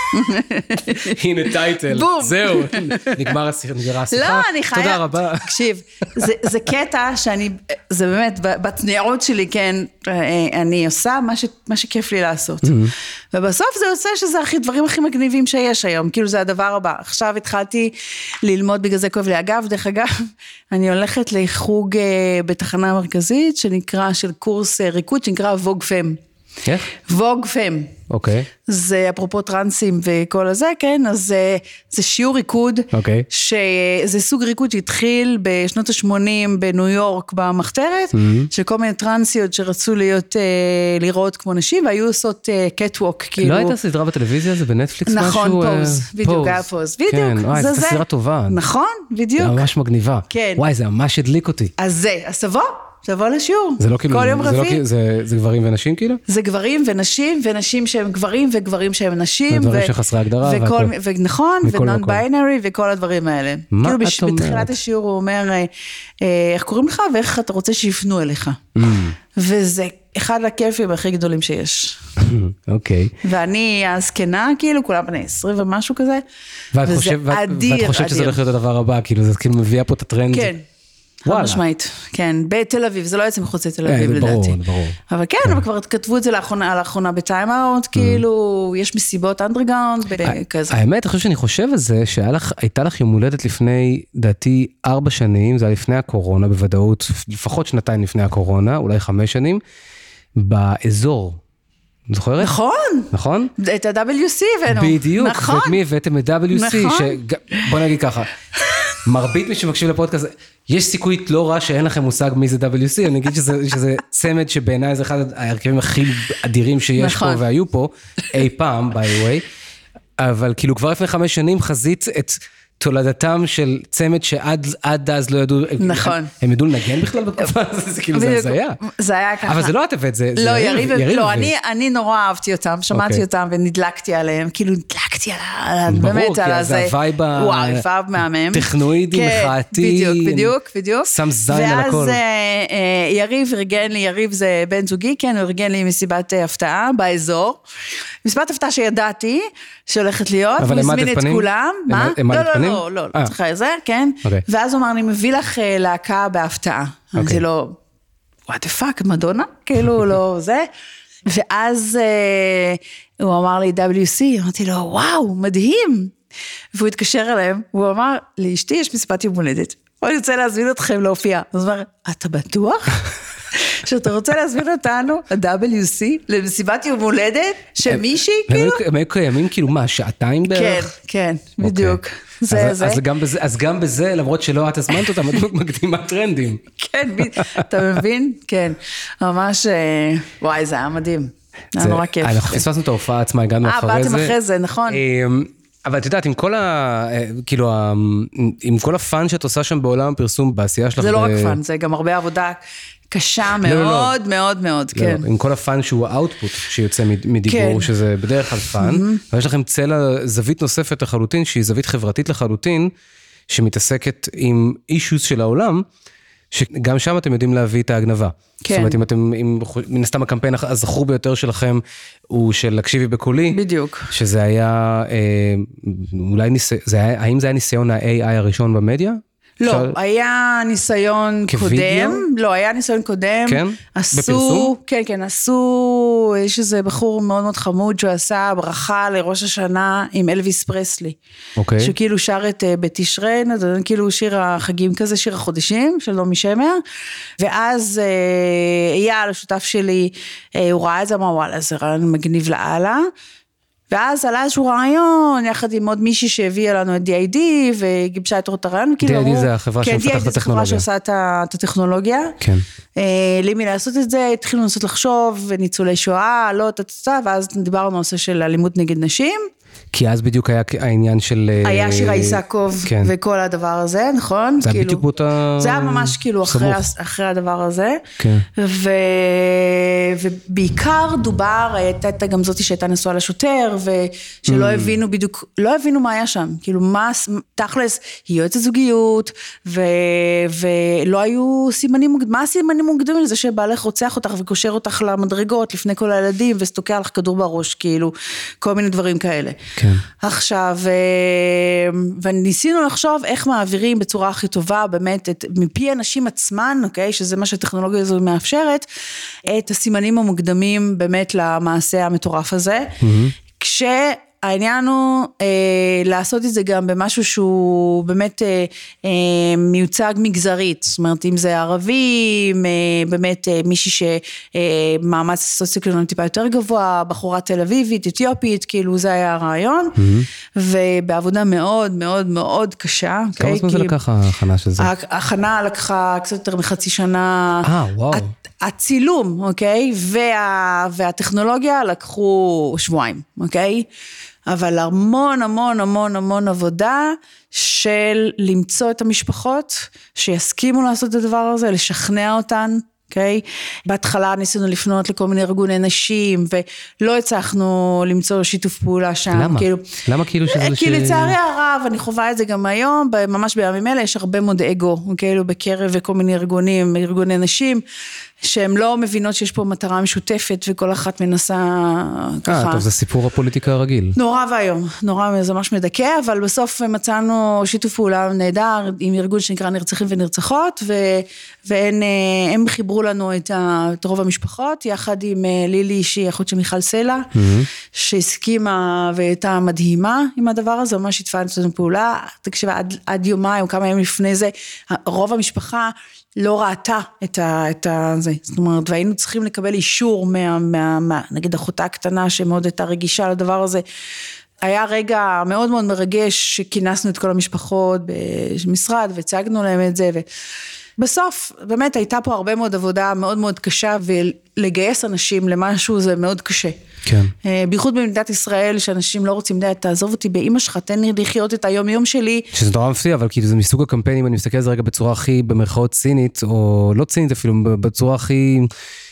הנה טייטל, זהו, נגמר השיחה. לא, אני חייב. תודה רבה. תקשיב, זה, זה קטע שאני, זה באמת, בתנועות שלי, כן, אני עושה מה, ש, מה שכיף לי לעשות. ובסוף זה יוצא שזה הכי, דברים הכי מגניבים שיש היום, כאילו זה הדבר הבא. עכשיו התחלתי ללמוד, בגלל זה כואב לי. אגב, דרך אגב, אני הולכת לחוג בתחנה המרכזית, שנקרא, של קורס ריקוד, שנקרא ווג פם. איך? ווג פם. אוקיי. זה אפרופו טרנסים וכל הזה, כן? אז זה, זה שיעור ריקוד. אוקיי. שזה סוג ריקוד שהתחיל בשנות ה-שמונים בניו יורק במחתרת, mm-hmm. של כל מיני טרנסיות שרצו להיות, אה, לראות כמו נשים, והיו עושות קטווק, כאילו. לא הייתה סדרה בטלוויזיה, זה בנטפליקס נכון, משהו? נכון, פוז. אה, בדיוק, פוז. היה פוז. בדיוק. כן, וואי, זה זו סדרה טובה. נכון, בדיוק. זה ממש מגניבה. כן. וואי, זה ממש הדליק אותי. אז זה, אז תבוא. תבוא לשיעור. זה לא כאילו, כל יום זה רביעי. לא, זה, זה גברים ונשים כאילו? זה גברים ונשים, ונשים שהם גברים וגברים שהם נשים. ודברים שחסרי הגדרה. וכל, ונכון, ונון ביינרי וכל הדברים האלה. מה כאילו את בש, אומרת? בתחילת השיעור הוא אומר, אה, איך קוראים לך ואיך אתה רוצה שיפנו אליך. Mm. וזה אחד הכיפים הכי גדולים שיש. אוקיי. Okay. ואני הזקנה, כאילו, כולם בני עשרים ומשהו כזה. ואת חושב, ואת, אדיר, ואת חושבת אדיר. שזה הולך להיות הדבר הבא, כאילו זה כאילו מביאה פה את הטרנד. כן. חד משמעית, כן, בתל אביב, זה לא יצא מחוץ לתל אביב לדעתי. ברור, ברור. אבל כן, אבל כבר כתבו את זה לאחרונה בטיים אאוט, כאילו, יש מסיבות אנדרגאונד, כזה. האמת, אני חושב שאני חושב על זה, שהייתה לך יום הולדת לפני, דעתי, ארבע שנים, זה היה לפני הקורונה, בוודאות, לפחות שנתיים לפני הקורונה, אולי חמש שנים, באזור. זוכרת? נכון. נכון? את ה-דאבליו סי הבאנו. בדיוק. נכון. ואת מי הבאתם את דאבליו סי? נכון. בוא נגיד ככה. מרבית מי שמקשיב לפודקאסט, יש סיכוי לא רע שאין לכם מושג מי זה דאבליו סי, אני אגיד שזה, שזה צמד שבעיניי זה אחד ההרכבים הכי אדירים שיש נכון. פה והיו פה, אי פעם, by the way, אבל כאילו כבר לפני חמש שנים חזית את תולדתם של צמד שעד עד אז לא ידעו, נכון. הם, הם ידעו לנגן בכלל בתקופה, זה, זה כאילו זה היה. זה היה ככה. אבל זה לא את הבאת, זה, לא, זה יריב, יריב. לא, אני, אני נורא אהבתי אותם, שמעתי okay. אותם ונדלקתי עליהם, כאילו נדלקתי על, באמת על הזה. ברור, כי זה הווייב וואו, וייב מהמם. טכנואידי, כן, מחאתי. בדיוק, בדיוק, בדיוק. שם זין על הכל. ואז יריב ארגן לי, יריב זה בן זוגי, כן, הוא ארגן לי מסיבת הפתעה באזור. מסיבת הפתעה שידעתי שהולכת להיות, הוא הזמין את כולם. מה? לא, לא, לא, לא, צריכה איזה, כן. ואז הוא אמר, אני מביא לך להקה בהפתעה. אמרתי לו, what the fuck, מדונה? כאילו, לא זה. ואז הוא אמר לי, דאבליו סי, אמרתי לו, וואו, מדהים. והוא התקשר אליהם, והוא אמר, לאשתי יש מסיבת יום הולדת. אני רוצה להזמין אתכם להופיע. אז הוא אמר, אתה בטוח? שאתה רוצה להזמין אותנו, ה-דאבליו סי, למסיבת יום הולדת, שמישהי, כאילו? הם היו קיימים, כאילו, מה, שעתיים בערך? כן, כן, בדיוק. זה, זה. אז גם בזה, למרות שלא את הזמנת אותם, את מקדימה טרנדים. כן, אתה מבין? כן. ממש, וואי, זה היה מדהים. זה היה נורא כיף. אנחנו פספסנו את ההופעה עצמה, הגענו אחרי זה. אה, באתם אחרי זה, נכון. אבל את יודעת, עם כל ה... כאילו, עם כל הפאן שאת עושה שם בעולם הפרסום, בעשייה שלך... זה לא רק פאן, זה גם הרבה עבודה קשה מאוד, מאוד, מאוד, כן. עם כל הפאן שהוא האוטפוט שיוצא מדיבור, שזה בדרך כלל פאן, ויש לכם צלע, זווית נוספת לחלוטין, שהיא זווית חברתית לחלוטין, שמתעסקת עם אישוס של העולם, שגם שם אתם יודעים להביא את ההגנבה. כן. זאת אומרת, אם אתם, אם, מן הסתם הקמפיין הזכור ביותר שלכם, הוא של הקשיבי בקולי. בדיוק. שזה היה, אה, אולי ניסיון, זה היה, האם זה היה ניסיון ה-איי איי הראשון במדיה? לא, אפשר... היה ניסיון כווידאו? קודם, לא, היה ניסיון קודם, כן? עשו, בפרסום? כן, כן, עשו, יש איזה בחור מאוד מאוד חמוד, שהוא עשה ברכה לראש השנה עם אלוויס פרסלי, אוקיי. שהוא כאילו שר את בתשרי, כאילו שיר החגים כזה, שיר החודשים, של נעמי שמר, ואז אייל, השותף שלי, הוא ראה את זה, אמר, וואלה, זה רעיון מגניב לאללה, ואז עלה איזשהו רעיון, יחד עם עוד מישהי שהביאה לנו את די איי די, וגיבשה את הרעיון. די איי די זה החברה שמפתחת את הטכנולוגיה. כן, די איי די זה החברה שעושה את הטכנולוגיה. כן. לימי לעשות את זה, התחילו לנסות לחשוב, וניצולי שואה, לא תצא, ואז דיברנו על נושא של אלימות נגד נשים. כי אז בדיוק היה העניין של... היה שירה איסקוב כן. וכל הדבר הזה, נכון? זה כאילו, בדיוק באותה... זה היה ממש כאילו אחרי, אחרי הדבר הזה. כן. ו... ובעיקר דובר, הייתה גם זאתי שהייתה נשואה לשוטר, ושלא mm. הבינו בדיוק, לא הבינו מה היה שם. כאילו, מה, תכלס, היא יועצת זוגיות, ו... ולא היו סימנים מוקדמים, מה הסימנים מוקדמים לזה שבעלך רוצח אותך וקושר אותך למדרגות לפני כל הילדים, וסתוקע לך כדור בראש, כאילו, כל מיני דברים כאלה. כן. עכשיו, וניסינו לחשוב איך מעבירים בצורה הכי טובה, באמת, את, מפי אנשים עצמן, אוקיי, שזה מה שהטכנולוגיה הזו מאפשרת, את הסימנים המוקדמים באמת למעשה המטורף הזה, mm-hmm. כש... העניין הוא אה, לעשות את זה גם במשהו שהוא באמת אה, אה, מיוצג מגזרית, זאת אומרת אם זה ערבים, אה, באמת אה, מישהי שמאמץ סוציו-אקונומי טיפה יותר גבוה, בחורה תל אביבית, אתיופית, כאילו זה היה הרעיון, mm-hmm. ובעבודה מאוד מאוד מאוד קשה. כמה זמן זה לקח ההכנה של זה? ההכנה לקחה קצת יותר מחצי שנה. אה, וואו. הצילום, אוקיי, וה, והטכנולוגיה לקחו שבועיים, אוקיי? אבל המון המון המון המון עבודה של למצוא את המשפחות שיסכימו לעשות את הדבר הזה, לשכנע אותן, אוקיי? בהתחלה ניסינו לפנות לכל מיני ארגוני נשים, ולא הצלחנו למצוא שיתוף פעולה שם. למה? כאילו, למה כאילו שזה... כי ש... לצערי הרב, אני חווה את זה גם היום, ממש בימים אלה, יש הרבה מאוד אגו, כאילו בקרב וכל מיני ארגונים, ארגוני נשים, שהן לא מבינות שיש פה מטרה משותפת, וכל אחת מנסה ככה. אה, טוב, זה סיפור הפוליטיקה הרגיל. נורא והיום, נורא, זה ממש מדכא, אבל בסוף מצאנו שיתוף פעולה נהדר, עם ארגון שנקרא נרצחים ונרצחות, ו... והם חיברו לנו את, ה... את רוב המשפחות, יחד עם לילי, שהיא אחות של מיכל סלע, mm-hmm. שהסכימה והייתה מדהימה עם הדבר הזה, ממש שיתפה לנו פעולה, תקשיבה, עד, עד יומיים, או כמה ימים לפני זה, רוב המשפחה, לא ראתה את ה, את ה, זה, זאת אומרת, והיינו צריכים לקבל אישור מה, מה, מה, נגיד אחותה הקטנה שמאוד הייתה רגישה לדבר הזה, היה רגע מאוד מאוד מרגש שכינסנו את כל המשפחות במשרד והצגנו להם את זה, ובסוף באמת הייתה פה הרבה מאוד עבודה מאוד מאוד קשה, ולגייס אנשים למשהו זה מאוד קשה. כן. בייחוד במדינת ישראל, שאנשים לא רוצים לדעת, תעזוב אותי באמא שלך, תן לי לחיות את היום יום שלי. שזה נורא מפתיע, אבל כאילו זה מסוג הקמפיינים, אני מסתכל על זה רגע בצורה הכי במרכאות צינית, או לא צינית אפילו, בצורה הכי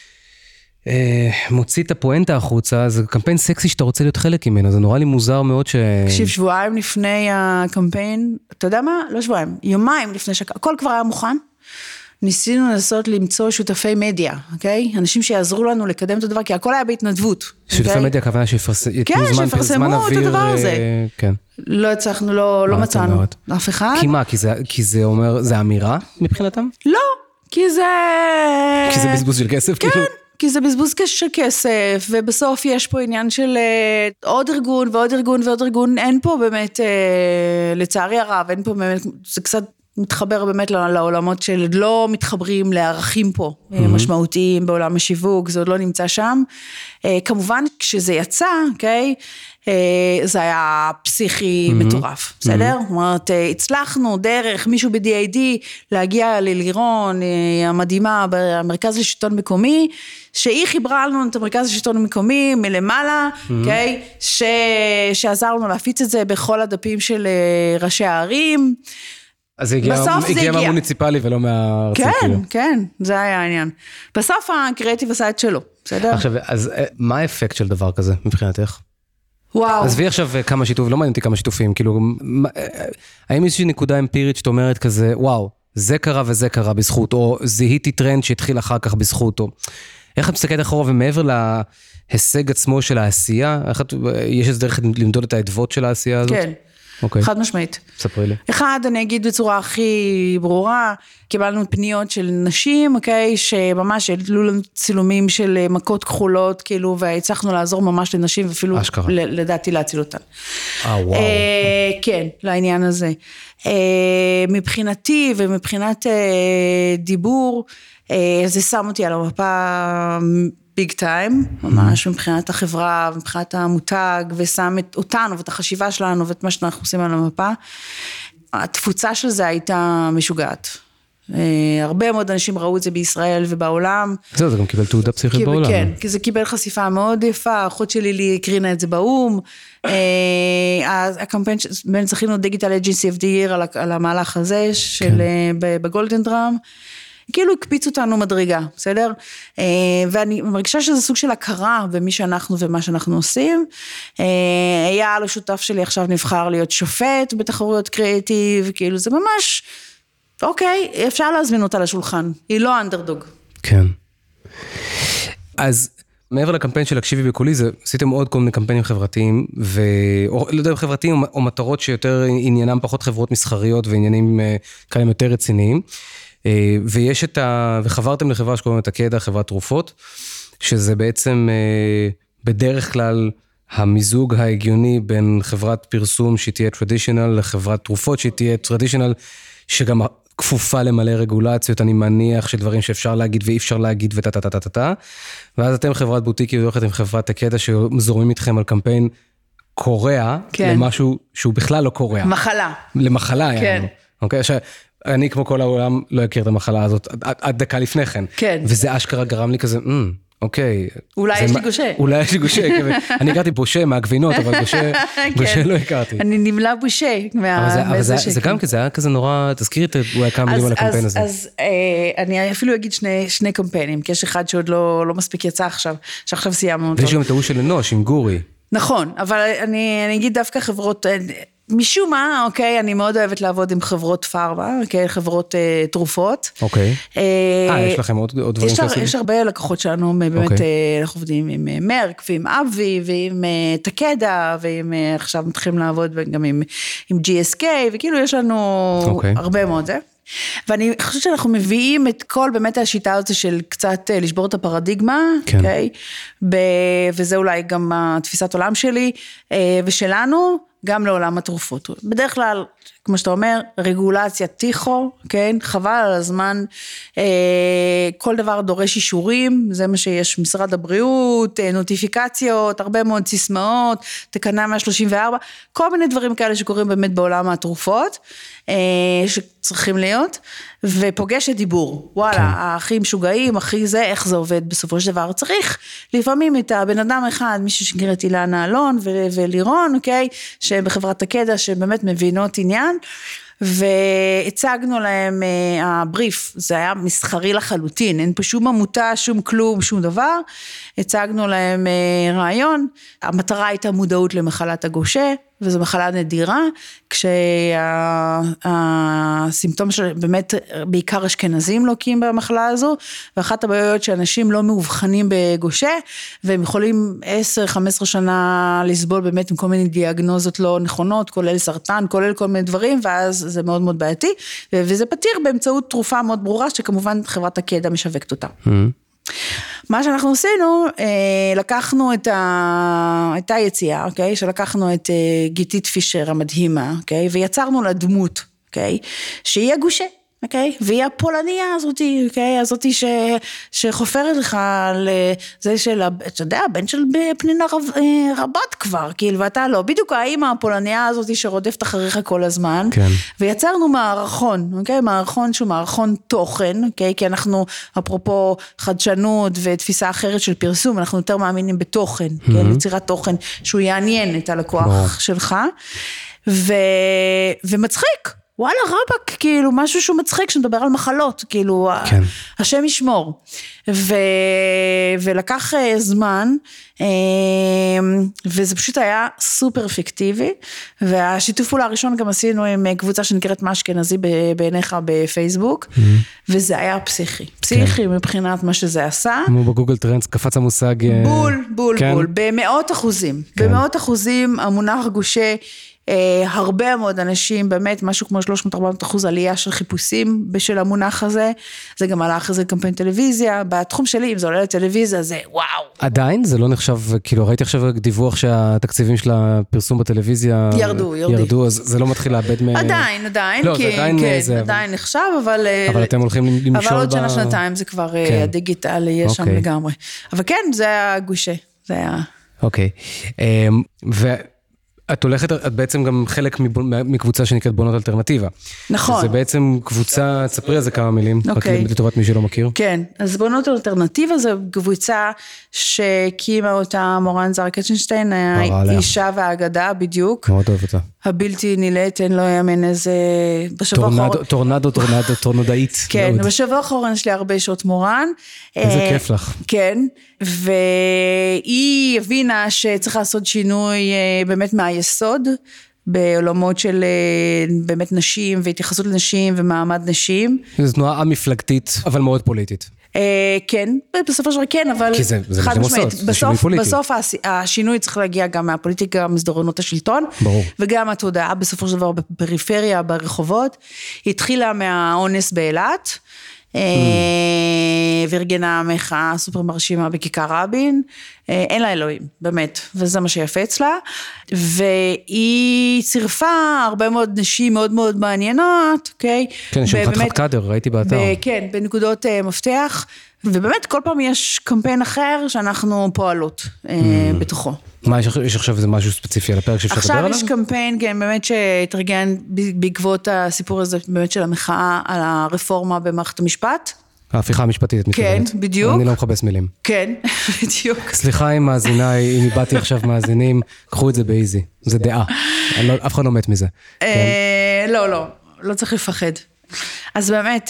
אה, מוציא את הפואנטה החוצה, זה קמפיין סקסי שאתה רוצה להיות חלק ממנו, זה נורא לי מוזר מאוד ש... תקשיב, שבועיים לפני הקמפיין, אתה יודע מה? לא שבועיים, יומיים לפני שהכל כבר היה מוכן, ניסינו לנסות למצוא שותפי מדיה, אוקיי? אנשים שיעזרו לנו לקדם את הדבר, כי הכל היה בהתנדבות. שותפי מדיה, הכוונה שיפרסמו את הדבר הזה. כן. לא הצלחנו, לא מצאנו אף אחד. כי מה? כי זה אומר, זה אמירה מבחינתם? לא, כי זה... כי זה בזבוז של כסף? כן. כי זה בזבוז של כסף, ובסוף יש פה עניין של עוד ארגון ועוד ארגון ועוד ארגון, אין פה באמת, לצערי הרב, אין פה באמת, זה קצת מתחבר באמת לעולמות של לא מתחברים לערכים פה, mm-hmm. משמעותיים בעולם השיווק, זה עוד לא נמצא שם. כמובן, כשזה יצא, אוקיי, זה היה פסיכי mm-hmm. מטורף, בסדר? זאת אומרת, הצלחנו דרך מישהו ב-די איי די להגיע ללירון, המדהימה במרכז לשלטון מקומי, שהיא חיברה לנו את המרכז לשלטון המקומי מלמעלה, אוקיי? Mm-hmm. ש... שעזר לנו להפיץ את זה בכל הדפים של ראשי הערים, אז זה הגיע, הגיע מהמוניציפלי ולא מהארצי. כן, כאילו. כן, זה היה העניין. בסוף הקריאטיב עשה את שלו, בסדר? עכשיו, אז מה האפקט של דבר כזה מבחינתך? וואו. אז בי עכשיו כמה שיתופים, לא מעניין אותי כמה שיתופים, כאילו, האם יש נקודה אמפירית שאת אומרת כזה, וואו, זה קרה וזה קרה בזכות, או זיהיתי טרנד שהתחיל אחר כך בזכות, או איך את מסתכלת אחורה ומעבר להישג עצמו של העשייה, יש איזה דרך למדוד את העדבות של העשייה הזאת? כן. Okay. חד משמעית. ספרי לי. אחד, אני אגיד בצורה הכי ברורה, קיבלנו פניות של נשים, אוקיי, שממש העלו לנו צילומים של מכות כחולות, כאילו, והצלחנו לעזור ממש לנשים, ואפילו לדעתי להציל אותן. אה, וואו. אה, כן, לעניין הזה. אה, מבחינתי ומבחינת אה, דיבור, זה שם אותי על המפה ביג טיים, ממש מבחינת החברה, מבחינת המותג, ושם את אותנו ואת החשיבה שלנו ואת מה שאנחנו עושים על המפה. התפוצה של זה הייתה משוגעת. הרבה מאוד אנשים ראו את זה בישראל ובעולם. זהו, זה גם קיבל תעודה פסיכית בעולם. כן, כי זה קיבל חשיפה מאוד יפה, האחות שלי לי הקרינה את זה באום, הקמפיין, באמת זכינו דיגיטל אג'נסי אוף די ייר על המהלך הזה, בגולדן דראם, כאילו הקפיצו אותנו מדרגה, בסדר? ואני מרגישה שזה סוג של הכרה במי שאנחנו ומה שאנחנו עושים. היה לו שותף שלי עכשיו נבחר להיות שופט בתחרויות קריאיטיב, כאילו זה ממש, אוקיי, אפשר להזמין אותה לשולחן, היא לא אנדרדוג. כן. אז מעבר לקמפיין של הקשיבי בקולי, זה עשיתם עוד כל מיני קמפיינים חברתיים, ולא יודע אם חברתיים או מטרות שיותר עניינם פחות חברות מסחריות ועניינים כאלה יותר רציניים. ויש את ה... וחברתם לחברה שקוראים את הקדע, חברת תרופות, שזה בעצם בדרך כלל המיזוג ההגיוני בין חברת פרסום שתהיה טרדישיונל לחברת תרופות שתהיה טרדישיונל, שגם כפופה למלא רגולציות, אני מניח שדברים שאפשר להגיד ואי אפשר להגיד וטטטטטטט, ואז אתם חברת בוטיקי והולכת עם חברת הקדע שזורמים איתכם על קמפיין קורע, כן. למשהו שהוא בכלל לא קורע. מחלה. למחלה, כן. יענו. אוקיי, עכשיו... אני כמו כל העולם לא הכיר את המחלה הזאת, עד דקה לפני כן. כן. וזה אשכרה גרם לי כזה, אוקיי. אולי יש לי גושה. אולי יש לי גושה, אני הכרתי בושה מהגבינות, אבל גושה לא הכרתי. אני נמלה בושה. אבל זה גם כזה, היה כזה נורא, תזכירי את אולי כמה מילים על הקמפיין הזה. אז אני אפילו אגיד שני קמפיינים, כי יש אחד שעוד לא מספיק יצא עכשיו, שעכשיו סיימנו אותו. ויש גם את ההוא של אנוש, עם גורי. נכון, אבל אני אגיד דווקא חברות... משום מה, אוקיי, אני מאוד אוהבת לעבוד עם חברות פארמה, אוקיי, חברות אה, תרופות. אוקיי. אה, יש לכם עוד, עוד דברים שעשיתם? יש הרבה לקוחות שלנו, באמת, אוקיי. אה, אנחנו עובדים עם אה, מרק, ועם אבי, ועם אה, תקדה, ועם, אה, עכשיו מתחילים לעבוד גם עם, עם ג'י אס קיי, וכאילו יש לנו אוקיי. הרבה מאוד זה. ואני חושבת שאנחנו מביאים את כל באמת השיטה הזאת של קצת לשבור את הפרדיגמה, כן. אוקיי? ב, וזה אולי גם התפיסת עולם שלי, אה, ושלנו, גם לעולם התרופות. בדרך כלל, כמו שאתה אומר, רגולציה טיחו, כן? חבל על הזמן, אה, כל דבר דורש אישורים, זה מה שיש משרד הבריאות, נוטיפיקציות, הרבה מאוד סיסמאות, תקנה מאה שלושים וארבע, כל מיני דברים כאלה שקורים באמת בעולם התרופות, אה, שצריכים להיות, ופוגש את דיבור. וואלה, כן. האחים משוגעים, אחי זה, איך זה עובד בסופו של דבר? צריך לפעמים את הבן אדם אחד, מישהו שנקרא את אילנה אלון ו- ולירון, אוקיי? שהם בחברת הקדע, שבאמת מבינות עניין, והצגנו להם uh, הבריף, זה היה מסחרי לחלוטין, אין פה שום עמותה, שום כלום, שום דבר, הצגנו להם uh, רעיון, המטרה הייתה מודעות למחלת הגושה, וזו מחלה נדירה, כשהסימפטום של באמת בעיקר אשכנזים לוקים במחלה הזו, ואחת הבעיות שאנשים לא מאובחנים בגושה, והם יכולים עשר חמש עשרה שנה לסבול באמת עם כל מיני דיאגנוזות לא נכונות, כולל סרטן, כולל כל מיני דברים, ואז זה מאוד מאוד בעייתי, וזה פתיר באמצעות תרופה מאוד ברורה, שכמובן חברת הקדע משווקת אותה. מה שאנחנו עשינו, לקחנו את, ה... את היציאה, אוקיי? שלקחנו את גיתית פישר המדהימה, אוקיי? ויצרנו לה דמות, אוקיי? שהיא הגושה, אוקיי? והיא הפולניה הזאת, אוקיי? הזאת ש... שחופרת לך על זה של, אתה יודע, הבן של פנינה רב... רבת כבר, כאילו, ואתה לא, בדיוק האמא הפולניה הזאת שרודפת אחריך כל הזמן, כן. ויצרנו מערכון, אוקיי? מערכון שהוא מערכון תוכן, אוקיי? כי אנחנו, אפרופו חדשנות ותפיסה אחרת של פרסום, אנחנו יותר מאמינים בתוכן, mm-hmm. כן? יצירת תוכן שהוא יעניין את הלקוח שלך, ו... ומצחיק. וואלה רבק, כאילו, משהו שהוא מצחיק, שנדבר על מחלות, כאילו, כן. השם ישמור. ו... ולקח זמן, וזה פשוט היה סופר אפקטיבי, והשיתוף פעולה הראשון גם עשינו עם קבוצה שנקראת מה אשכנזי בעיניך בפייסבוק, mm-hmm. וזה היה פסיכי, פסיכי כן. מבחינת מה שזה עשה. כמו בגוגל טרנדס, קפץ המושג... בול, בול, כן. בול, במאות אחוזים, כן. במאות אחוזים המונח גושה, הרבה מאוד אנשים, באמת משהו כמו שלוש מאות עד ארבע מאות אחוז עלייה של חיפושים בשל המונח הזה, זה גם עלה אחרי זה קמפיין טלוויזיה, בתחום שלי, אם זה עולה לטלוויזיה, זה וואו. עדיין זה לא נחשב, כאילו ראיתי עכשיו דיווח שהתקציבים של הפרסום בטלוויזיה ירדו, ירדו. ירדו, אז זה לא מתחיל לאבד מ... עדיין, עדיין, לא, כי, זה עדיין, כן, זה, עדיין נחשב, אבל... אבל אתם הולכים למשול ב... אבל עוד שנה, שנתיים, זה כבר כן. הדיגיטל יהיה שם אוקיי. לגמרי. אבל כן, זה היה גושה, זה היה... אוקיי, ואת הולכת, את בעצם גם חלק מקבוצה שנקראת בונות אלטרנטיבה. נכון. זה בעצם קבוצה, תספרי על זה כמה מילים, אוקיי. רק לטובת מי שלא מכיר. כן, אז בונות אלטרנטיבה זו קבוצה שהקימה אותה מורן זר קצ'נשטיין, האישה והאגדה בדיוק. מאוד אוהב אותה. הבלתי נילאת, אין לא יאמן איזה... בשבוע האחרון... טורנדו, טורנדו, טורנודאית. כן, בשבוע האחרון יש לי הרבה שעות מורן. איזה כיף לך. כן, והיא הבינה שצריך לעשות שינוי באמת מהיסוד, בעולמות של באמת נשים, והתייחסות לנשים ומעמד נשים. זו תנועה המפלגתית, אבל מאוד פוליטית. כן, בסופו של דבר כן, אבל כי זה, זה חד משמעית, זה שינוי פוליטי. בסוף השינוי צריך להגיע גם מהפוליטיקה, מסדרונות השלטון, ברור. וגם התודעה בסופו של דבר בפריפריה, ברחובות, התחילה מהאונס באילת, וארגנה מחאה סופר מרשימה בכיכר רבין, אין לה אלוהים, באמת, וזה מה שיפה אצלה, והיא צירפה הרבה מאוד נשים מאוד מאוד מעניינות, אוקיי? כן, שם חתיכת קאדר, ראיתי באתר. כן, בנקודות מפתח, ובאמת כל פעם יש קמפיין אחר שאנחנו פועלות בתוכו. מה, יש עכשיו איזה משהו ספציפי על הפרק שאפשר לדבר עליו? עכשיו יש קמפיין, כן, באמת שהתארגן בעקבות הסיפור הזה, באמת של המחאה על הרפורמה במערכת המשפט. ההפיכה המשפטית, את מתכוונת. כן, בדיוק. אני לא מחפש מילים. כן, בדיוק. סליחה עם מאזיניי, אם איבדתי עכשיו מאזינים, קחו את זה באיזי. זה דעה. אף אחד לא מת מזה. לא, לא, לא צריך לפחד. אז באמת,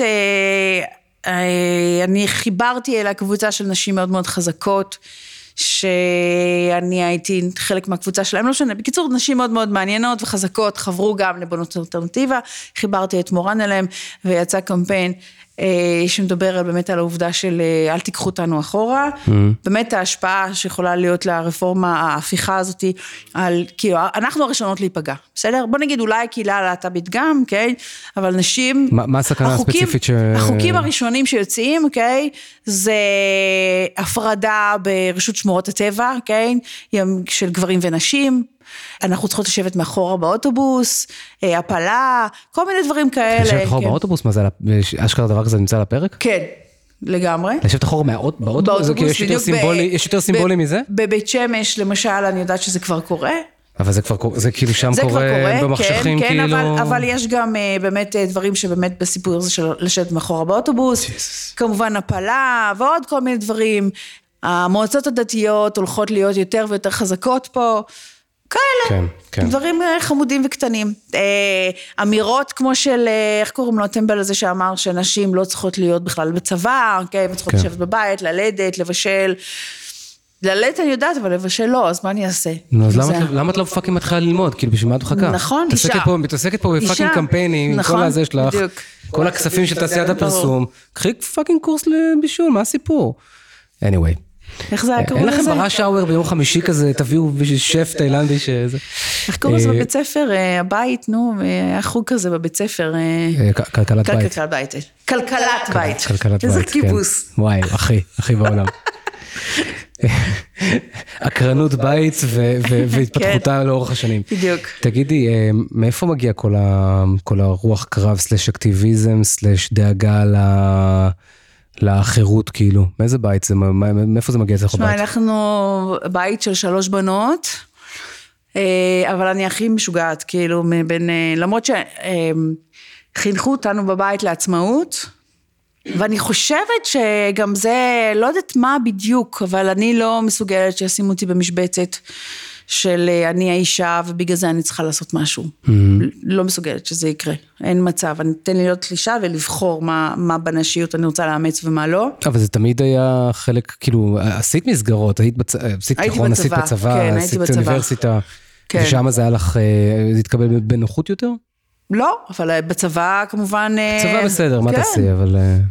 אני חיברתי אל הקבוצה של נשים מאוד מאוד חזקות, שאני הייתי חלק מהקבוצה שלהם, לא שונה, בקיצור, נשים מאוד מאוד מעניינות וחזקות, חברו גם לבונות אלטרנטיבה, חיברתי את מורן אליהם, ויצא קמפיין שמדבר באמת על העובדה של אל תיקחו אותנו אחורה, באמת ההשפעה שיכולה להיות לרפורמה, ההפיכה הזאת, על, כאילו, אנחנו הראשונות להיפגע, בסדר? בוא נגיד אולי קהילה להט"בית גם, אוקיי? אבל נשים... מה הסכנה הספציפית ש... החוקים הראשונים שיוצאים, אוקיי? זה הפרדה ברשות שמורות הטבע, אוקיי? של גברים ונשים, אנחנו צריכות לשבת מאחורה באוטובוס, הפלה, כל מיני דברים כאלה. לשבת אחורה באוטובוס? מה זה, אשכרה דבר כזה נמצא על הפרק? כן, לגמרי. לשבת אחורה באוטובוס? יש יותר סימבולי מזה? בבית שמש, למשל, אני יודעת שזה כבר קורה. אבל זה כבר, זה כאילו שם קורה במחשכים, כאילו... כן, אבל, אבל יש גם באמת דברים שבאמת בסיפור הזה של לשבת מאחורה באוטובוס, כמובן הפלה, ועוד כל מיני דברים. המועצות הדתיות הולכות להיות יותר ויותר חזקות פה, כאלה, כן, כן. דברים חמודים וקטנים. אמירות כמו של, איך קוראים לו, טמבל הזה שאמר שנשים לא צריכות להיות בכלל בצבא, כן, צריכות כן. לשבת בבית, ללדת, לבשל, ללדת אני יודעת, אבל לבשל לא, אז מה אני אעשה? נו, אז למה, למה את לא פאקינג מתחילה ללמוד? כאילו, בשביל מה את מחכה? נכון, אישה. מתעסקת פה בפאקינג קמפיינים, עם כל הזה שלך, כל הכספים של תעשיית הפרסום, קחי פאקינג קורס לבישול, מה הסיפור? anyway. איך זה היה קוראים לזה? אין לכם ברש שאוור ביום חמישי כזה, תביאו שף תאילנדי שזה... איך קוראים לזה בבית ספר? הבית, נו, היה חוג כזה בבית ספר. כלכלת בית. כלכלת בית. כלכלת בית. כלכלת בית, איזה כיבוס. וואי, אחי, אחי בעולם. הקרנות בית והתפתחותה לאורך השנים. בדיוק. תגידי, מאיפה מגיע כל הרוח קרב סלש אקטיביזם סלש דאגה ל... לחירות כאילו, מאיזה בית זה, מאיפה זה מגיע אצלך בבית? שמע, אנחנו בית של שלוש בנות, אבל אני הכי משוגעת, כאילו, בין, למרות שחינכו אותנו בבית לעצמאות, ואני חושבת שגם זה, לא יודעת מה בדיוק, אבל אני לא מסוגלת שישימו אותי במשבצת, של אני האישה, ובגלל זה אני צריכה לעשות משהו. Mm-hmm. לא מסוגלת שזה יקרה. אין מצב. אני אתן לי להיות אישה ולבחור מה, מה בנשיות אני רוצה לאמץ ומה לא. אבל זה תמיד היה חלק, כאילו, עשית מסגרות, היית בצ... עשית תיכון, עשית בצבא, כן, עשית אוניברסיטה, כן. ושם זה היה לך, זה התקבל בנוחות יותר? לא, אבל בצבא כמובן... בצבא בסדר, מה תעשי, אבל...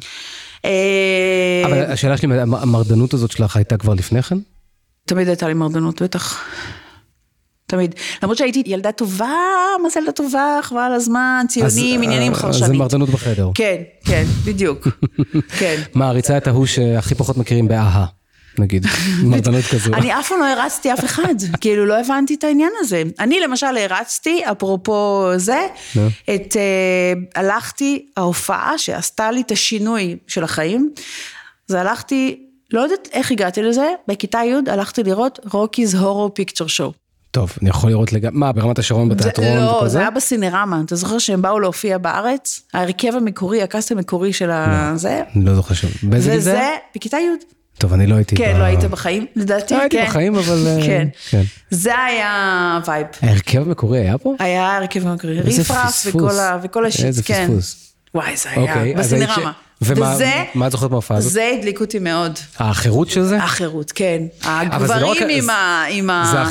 אבל השאלה שלי, המרדנות הזאת שלך הייתה כבר לפני כן? תמיד הייתה לי מרדנות, בטח. תמיד. למרות שהייתי ילדה טובה, מה זה ילדה טובה, חבל על הזמן, ציונים, עניינים חרשנית. אז זה מרדנות בחדר. כן, כן, בדיוק. כן. מעריצה את ההוא שהכי פחות מכירים באהה, נגיד, מרדנות כזו. אני אף פעם לא הרצתי אף אחד, כאילו לא הבנתי את העניין הזה. אני למשל הרצתי, אפרופו זה, את, הלכתי, ההופעה שעשתה לי את השינוי של החיים, זה הלכתי, לא יודעת איך הגעתי לזה, בכיתה י' הלכתי לראות רוקי's Horror Picture Show. טוב, אני יכול לראות לגמרי, מה, ברמת השרון בתיאטרון? לא, זה היה בסינרמה, אתה זוכר שהם באו להופיע בארץ? ההרכב המקורי, הקאסט המקורי של הזה? לא זוכר שם. באיזה גיל זה? וזה, בכיתה י'. טוב, אני לא הייתי. כן, לא היית בחיים, לדעתי, כן. הייתי בחיים, אבל... כן. זה היה וייב. ההרכב המקורי היה פה? היה ההרכב המקורי. ריפרס וכל השיט, כן. איזה פספוס. וואי, זה היה בסינרמה. ומה את זוכרת בהופעה הזאת? זה הדליק אותי מאוד. החירות של זה? החירות, כן. הגברים עם הבריאות. זה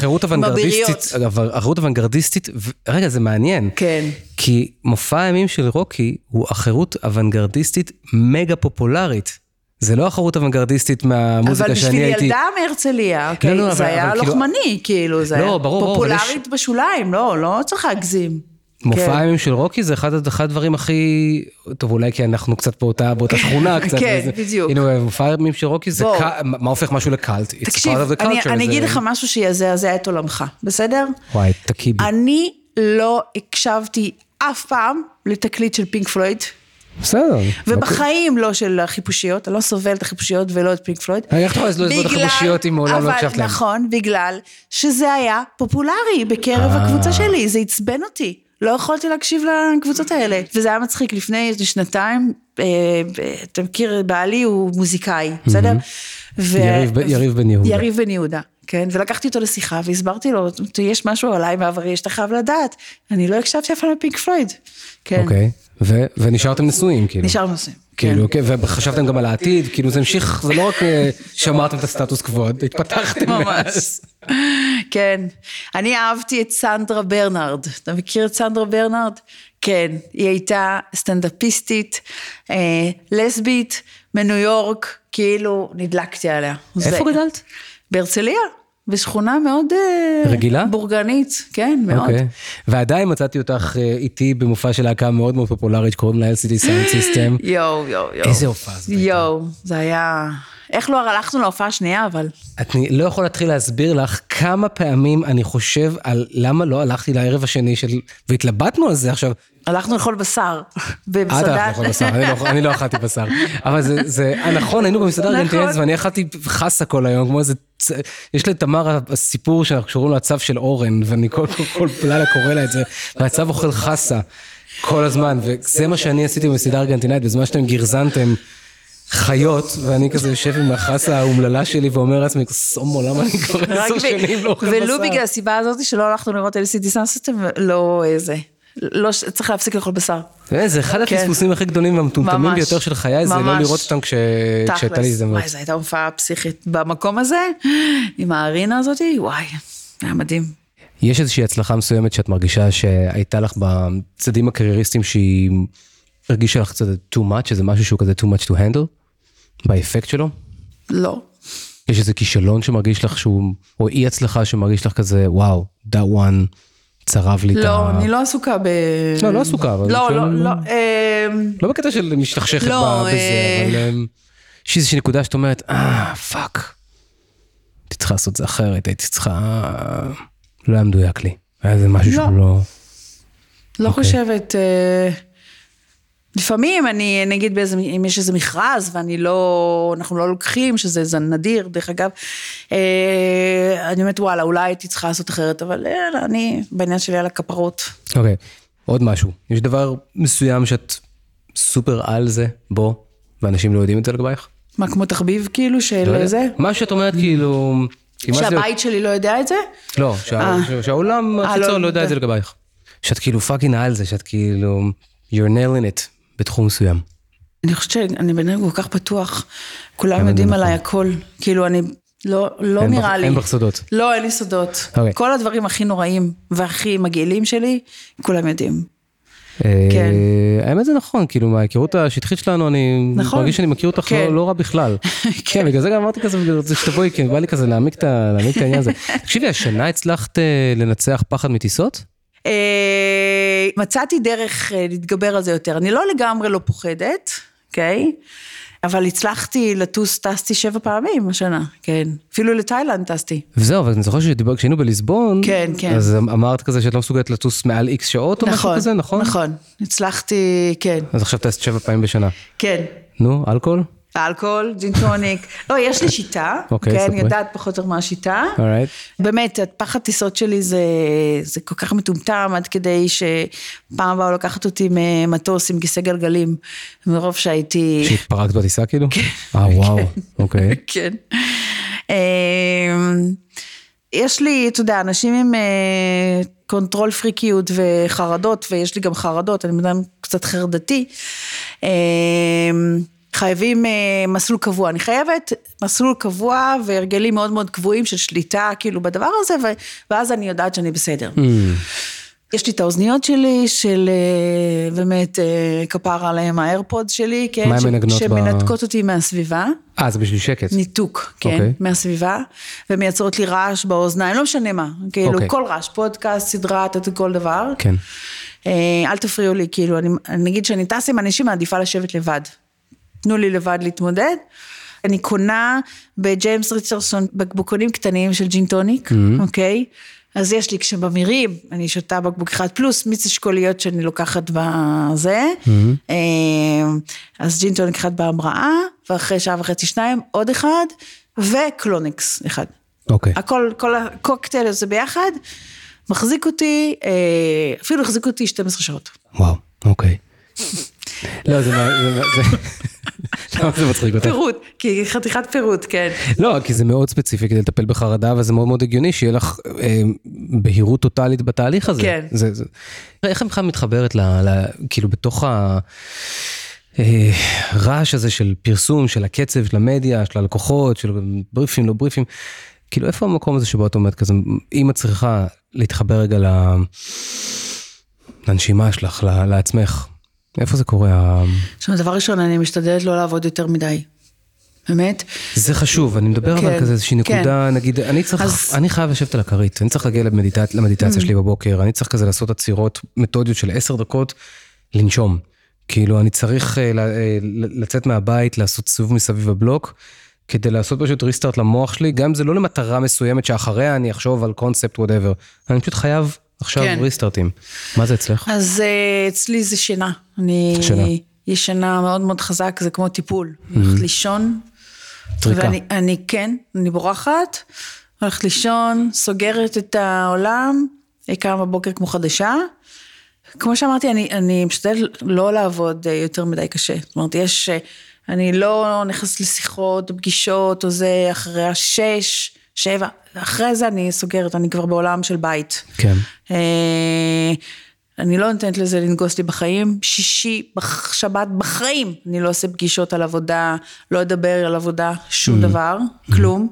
החירות אוונגרדיסטית. רגע, זה מעניין. כן. כי מופע הימים של רוקי הוא החירות אוונגרדיסטית מגה פופולרית. זה לא החירות אוונגרדיסטית מהמוזיקה שאני הייתי... אבל בשביל ילדה מהרצליה, זה היה לוחמני, כאילו, זה היה פופולרית בשוליים, לא, לא צריך להגזים. מופע הימים של רוקי זה אחד הדברים הכי, טוב אולי כי אנחנו קצת באותה שכונה קצת. כן, בדיוק. הנה, מופע הימים של רוקי זה, מה הופך משהו לקלט? תקשיב, אני אגיד לך משהו שיזעזע את עולמך, בסדר? וואי, תקיבי. אני לא הקשבתי אף פעם לתקליט של פינק פלויד. בסדר. ובחיים לא של החיפושיות, אני לא סובל את החיפושיות ולא את פינק פלויד. איך אתה רואה את החיפושיות אם מעולם לא הקשבת להם? נכון, בגלל שזה היה פופולרי בקרב הקבוצה שלי, זה עצבן אותי. לא יכולתי להקשיב לקבוצות האלה, וזה היה מצחיק לפני שנתיים, אתה מכיר, בעלי הוא מוזיקאי, בסדר? יריב בן יהודה. יריב בן יהודה, כן, ולקחתי אותו לשיחה, והסברתי לו, יש משהו עליי בעברי, שאתה חייב לדעת, אני לא הקשבתי אף פעם לפינק פלויד. אוקיי, ונשארתם נשואים, כאילו. נשארנו נשואים. כאילו, וחשבתם גם על העתיד, כאילו זה המשיך, זה לא רק שמרתם את הסטטוס כבוד, התפתחתם מאז. כן, אני אהבתי את סנדרה ברנרד, אתה מכיר את סנדרה ברנרד? כן, היא הייתה סטנדאפיסטית, לסבית, מניו יורק, כאילו נדלקתי עליה. איפה גדלת? בהרצליה. בשכונה מאוד רגילה? בורגנית, כן, מאוד. Okay. ועדיין מצאתי אותך איתי במופע של להקה מאוד מאוד פופולרית, שקוראים לה אל סי די Sound System. יו, יו, יו. איזה הופעה זאת? יו, זה היה... איך לא הלכנו להופעה השנייה, אבל... אני לא יכול להתחיל להסביר לך כמה פעמים אני חושב על למה לא הלכתי לערב השני של... והתלבטנו על זה עכשיו. הלכנו לאכול בשר, במסעדה. את הלכת לאכול בשר, אני לא אכלתי בשר. אבל זה, נכון, היינו במסעדה ארגנטינאית, ואני אכלתי חסה כל היום, כמו איזה, יש לתמר הסיפור שאנחנו קשורים לעצב של אורן, ואני כל לילה קורא לה את זה, והצב אוכל חסה כל הזמן, וזה מה שאני עשיתי במסעדה ארגנטינאית, בזמן שאתם גרזנתם חיות, ואני כזה יושב עם החסה האומללה שלי, ואומר לעצמי, סומו, למה אני כבר עשר שנים לא אוכל בשר? ולו בגלל הסיבה הזאת שלא הלכנו לראות אל סי די Sound System, לא איזה. לא, צריך להפסיק לאכול בשר. זה אחד הפספוסים הכי גדולים והמטומטמים ביותר של חיי, זה לא לראות אותם כשהייתה לי הזדמנות. וואי, זו הייתה הופעה פסיכית במקום הזה, עם הארינה הזאת, וואי, היה מדהים. יש איזושהי הצלחה מסוימת שאת מרגישה שהייתה לך בצדים הקרייריסטיים שהיא הרגישה לך קצת too much, שזה משהו שהוא כזה too much to handle, באפקט שלו? לא. יש איזה כישלון שמרגיש לך שהוא, או אי הצלחה שמרגיש לך כזה, וואו, that one... צרב לי את ה... לא, אני לא עסוקה ב... לא, לא עסוקה, אבל... לא, לא, לא. לא בקטע של משתכשכת בזה, אבל יש איזושהי נקודה שאת אומרת, אה, פאק. הייתי צריכה לעשות את זה אחרת, הייתי צריכה... לא היה מדויק לי. היה זה משהו שהוא לא... לא חושבת... לפעמים אני, נגיד, אם יש איזה מכרז, ואני לא, אנחנו לא לוקחים, שזה נדיר, דרך אגב, אני אומרת, וואלה, אולי הייתי צריכה לעשות אחרת, אבל אני, בעניין שלי על הכפרות. אוקיי, עוד משהו. יש דבר מסוים שאת סופר על זה, בו, ואנשים לא יודעים את זה לגבייך? מה, כמו תחביב, כאילו, של זה? מה שאת אומרת, כאילו... שהבית שלי לא יודע את זה? לא, שהעולם החיצון לא יודע את זה לגבייך. שאת כאילו פאקינג על זה, שאת כאילו, you're nailing it. בתחום מסוים. אני חושבת שאני בנהג כל כך פתוח, כולם יודעים עליי הכל, כאילו אני, לא, לא נראה לי. אין בך סודות. לא, אין לי סודות. כל הדברים הכי נוראים והכי מגעילים שלי, כולם יודעים. כן. האמת זה נכון, כאילו מההיכרות השטחית שלנו, אני מרגיש שאני מכיר אותך לא רע בכלל. כן, בגלל זה גם אמרתי כזה, בגלל זה שתבואי, כי בא לי כזה להעמיק את העניין הזה. תקשיבי, השנה הצלחת לנצח פחד מטיסות? מצאתי דרך להתגבר על זה יותר. אני לא לגמרי לא פוחדת, אוקיי? אבל הצלחתי לטוס, טסתי שבע פעמים השנה, כן. אפילו לתאילנד טסתי. וזהו, אבל אני זוכר שכשהיינו בליסבון, כן, כן. אז אמרת כזה שאת לא מסוגלת לטוס מעל איקס שעות או משהו כזה, נכון? נכון, הצלחתי, כן. אז עכשיו טסת שבע פעמים בשנה. כן. נו, אלכוהול? אלכוהול, ג'ין טוניק. לא, יש לי שיטה, אוקיי, כן, יודעת פחות או יותר מה השיטה. Alright. באמת, פחד טיסות שלי זה, זה כל כך מטומטם, עד כדי שפעם באו לקחת אותי ממטוס עם כיסא גלגלים, מרוב שהייתי... שהתפרקת בטיסה כאילו? כן. אה, וואו, אוקיי. כן. יש לי, אתה יודע, אנשים עם קונטרול פריקיות וחרדות, ויש לי גם חרדות, אני מדבר קצת חרדתי, חייבים מסלול קבוע, אני חייבת מסלול קבוע והרגלים מאוד מאוד קבועים של שליטה כאילו בדבר הזה, ואז אני יודעת שאני בסדר. Mm. יש לי את האוזניות שלי, של באמת כפרה עליהם האיירפודס שלי, כן, מה הן מנגנות? שמנתקות אותי מהסביבה. אה, זה בשביל שקט. ניתוק, כן, okay. מהסביבה, ומייצרות לי רעש באוזניים, לא משנה מה, כאילו okay. כל רעש, פודקאסט, סדרה, כל דבר. כן. אל תפריעו לי, כאילו, אני, אני נגיד שאני טס עם אנשים, מעדיפה לשבת לבד. תנו לי לבד להתמודד. אני קונה בג'יימס ריצ'רסון בקבוקונים קטנים של ג'ין טוניק, אוקיי? אז יש לי כשבמירים, אני שותה בקבוק אחד פלוס מיץ אשכוליות שאני לוקחת בזה, אז ג'ין טוניק אחד בהמראה, ואחרי שעה וחצי שניים, עוד אחד, וקלוניקס אחד. אוקיי. הכל, כל הקוקטייל הזה ביחד, מחזיק אותי, אפילו החזיק אותי שתים עשרה שעות. וואו, אוקיי. לא, זה מה, זה... למה זה מצחיק אותך? פירוט, כי חתיכת פירוט, כן. לא, כי זה מאוד ספציפי כדי לטפל בחרדה, וזה מאוד מאוד הגיוני שיהיה לך אה, בהירות טוטלית בתהליך הזה. כן. זה, זה... איך בכלל מתחברת ל, ל, כאילו בתוך הרעש הזה של פרסום, של הקצב, של המדיה, של הלקוחות, של בריפים, לא בריפים, כאילו איפה המקום הזה שבו את אומרת כזה, אם את צריכה להתחבר רגע לנשימה שלך, לעצמך, איפה זה קורה? עכשיו, דבר ראשון, אני משתדלת לא לעבוד יותר מדי. באמת? זה חשוב, אני מדבר אבל כזה איזושהי נקודה, נגיד, אני צריך, אני חייב לשבת על הכרית, אני צריך להגיע למדיטציה שלי בבוקר, אני צריך כזה לעשות עצירות מתודיות של עשר דקות, לנשום. כאילו, אני צריך לצאת מהבית, לעשות סיבוב מסביב הבלוק, כדי לעשות פשוט ריסטארט למוח שלי, גם אם זה לא למטרה מסוימת שאחריה אני אחשוב על קונספט, whatever. אני פשוט חייב עכשיו ריסטארטים. מה זה אצלך? אז אצלי זה שינה. אני ישנה מאוד מאוד חזק, זה כמו טיפול. אני הולכת לישון. טריקה. אני כן, אני בורחת, הולכת לישון, סוגרת את העולם, קמה בבוקר כמו חדשה. כמו שאמרתי, אני, אני משתדל לא לעבוד יותר מדי קשה. זאת אומרת, יש, אני לא נכנס לשיחות, פגישות, או זה אחרי השש, שבע, אחרי זה אני סוגרת, אני כבר בעולם של בית. כן. אני לא נותנת לזה לנגוס לי בחיים, שישי, שבת, בחיים, אני לא עושה פגישות על עבודה, לא אדבר על עבודה, שום דבר, כלום.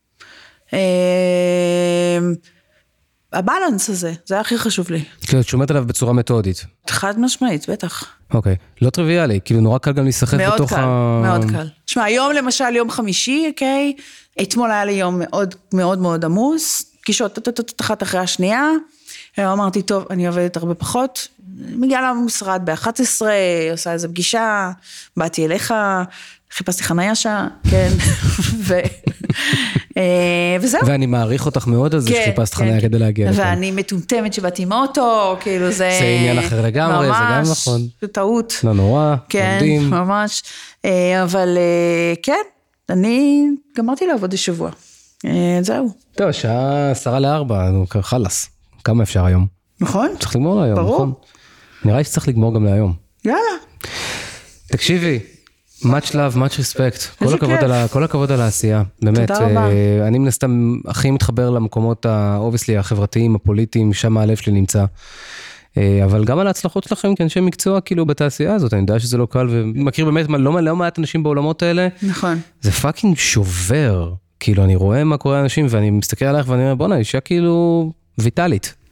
הבלנס הזה, זה הכי חשוב לי. כאילו, את שומעת עליו בצורה מתודית. חד משמעית, בטח. אוקיי, לא טריוויאלי, כאילו נורא קל גם להיסחף בתוך ה... מאוד קל, מאוד קל. תשמע, היום למשל יום חמישי, אוקיי, אתמול היה לי יום מאוד מאוד מאוד עמוס, פגישות אחת אחרי השנייה, אמרתי, טוב, אני עובדת הרבה פחות, מגיעה למשרד ב-אחת עשרה, עושה איזו פגישה, באתי אליך, חיפשתי חניה שם, כן, ו... וזהו. ואני מעריך אותך מאוד על זה שחיפשת חניה כדי להגיע לכאן. ואני מטומטמת שבאתי עם אוטו, כאילו זה... זה עניין אחר לגמרי, זה גם נכון. זה טעות. לא נורא, כן, ממש. אבל כן, אני גמרתי לעבוד לשבוע. זהו. טוב, שעה עשרה לארבע, חלס. כמה אפשר היום? נכון. צריך לגמור להיום, ברור. נכון? נראה לי שצריך לגמור גם להיום. יאללה. תקשיבי, much love, much respect. כל הכבוד על ה, כל הכבוד על העשייה. באמת, תודה רבה. אני מן הסתם הכי מתחבר למקומות ה-obviously החברתיים, הפוליטיים, שם הלב שלי נמצא. אבל גם על ההצלחות שלכם כאנשי מקצוע, כאילו בתעשייה הזאת, אני יודע שזה לא קל, ומכיר באמת לא, לא מעט אנשים בעולמות האלה. נכון. זה פאקינג שובר. כאילו, אני רואה מה קורה לאנשים, ואני מסתכל עליך ואני אומר, בוא'נה, אישה כאילו ויטלית.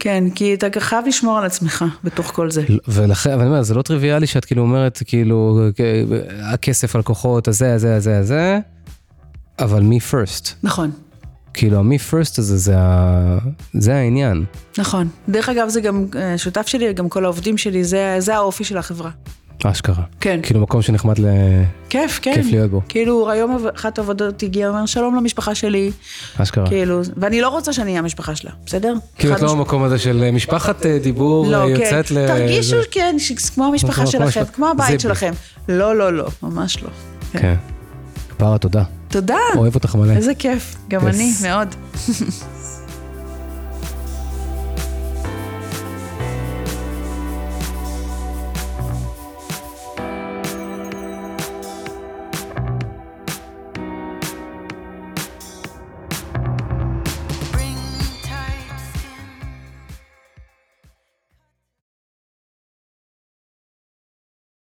כן, כי אתה חייב לשמור על עצמך בתוך כל זה. ולכן, אבל אני אומר, זה לא טריוויאלי שאת כאילו אומרת, כאילו, הכסף, הלקוחות, הזה, הזה, הזה, הזה, אבל מי first. נכון. כאילו, המי first הזה, זה, ה... זה העניין. נכון. דרך אגב, זה גם שותף שלי, גם כל העובדים שלי, זה, זה האופי של החברה. אשכרה. כן. כאילו, מקום שנחמד ל... כיף, כן. כיף להיות בו. כאילו, היום אחת העבודות הגיעה, אומר, שלום למשפחה שלי. אשכרה. כאילו, ואני לא רוצה שאני אהיה המשפחה שלה, בסדר? כאילו, את לא המקום הזה של משפחת דיבור, לא, יוצאת כן. ל... תרגישו, כן, כמו המשפחה שלכם, כמו הבית זיבי. שלכם. לא, לא, לא, ממש לא. כן. פרה, תודה. תודה. אוהב אותך מלא. איזה כיף, גם אני, מאוד.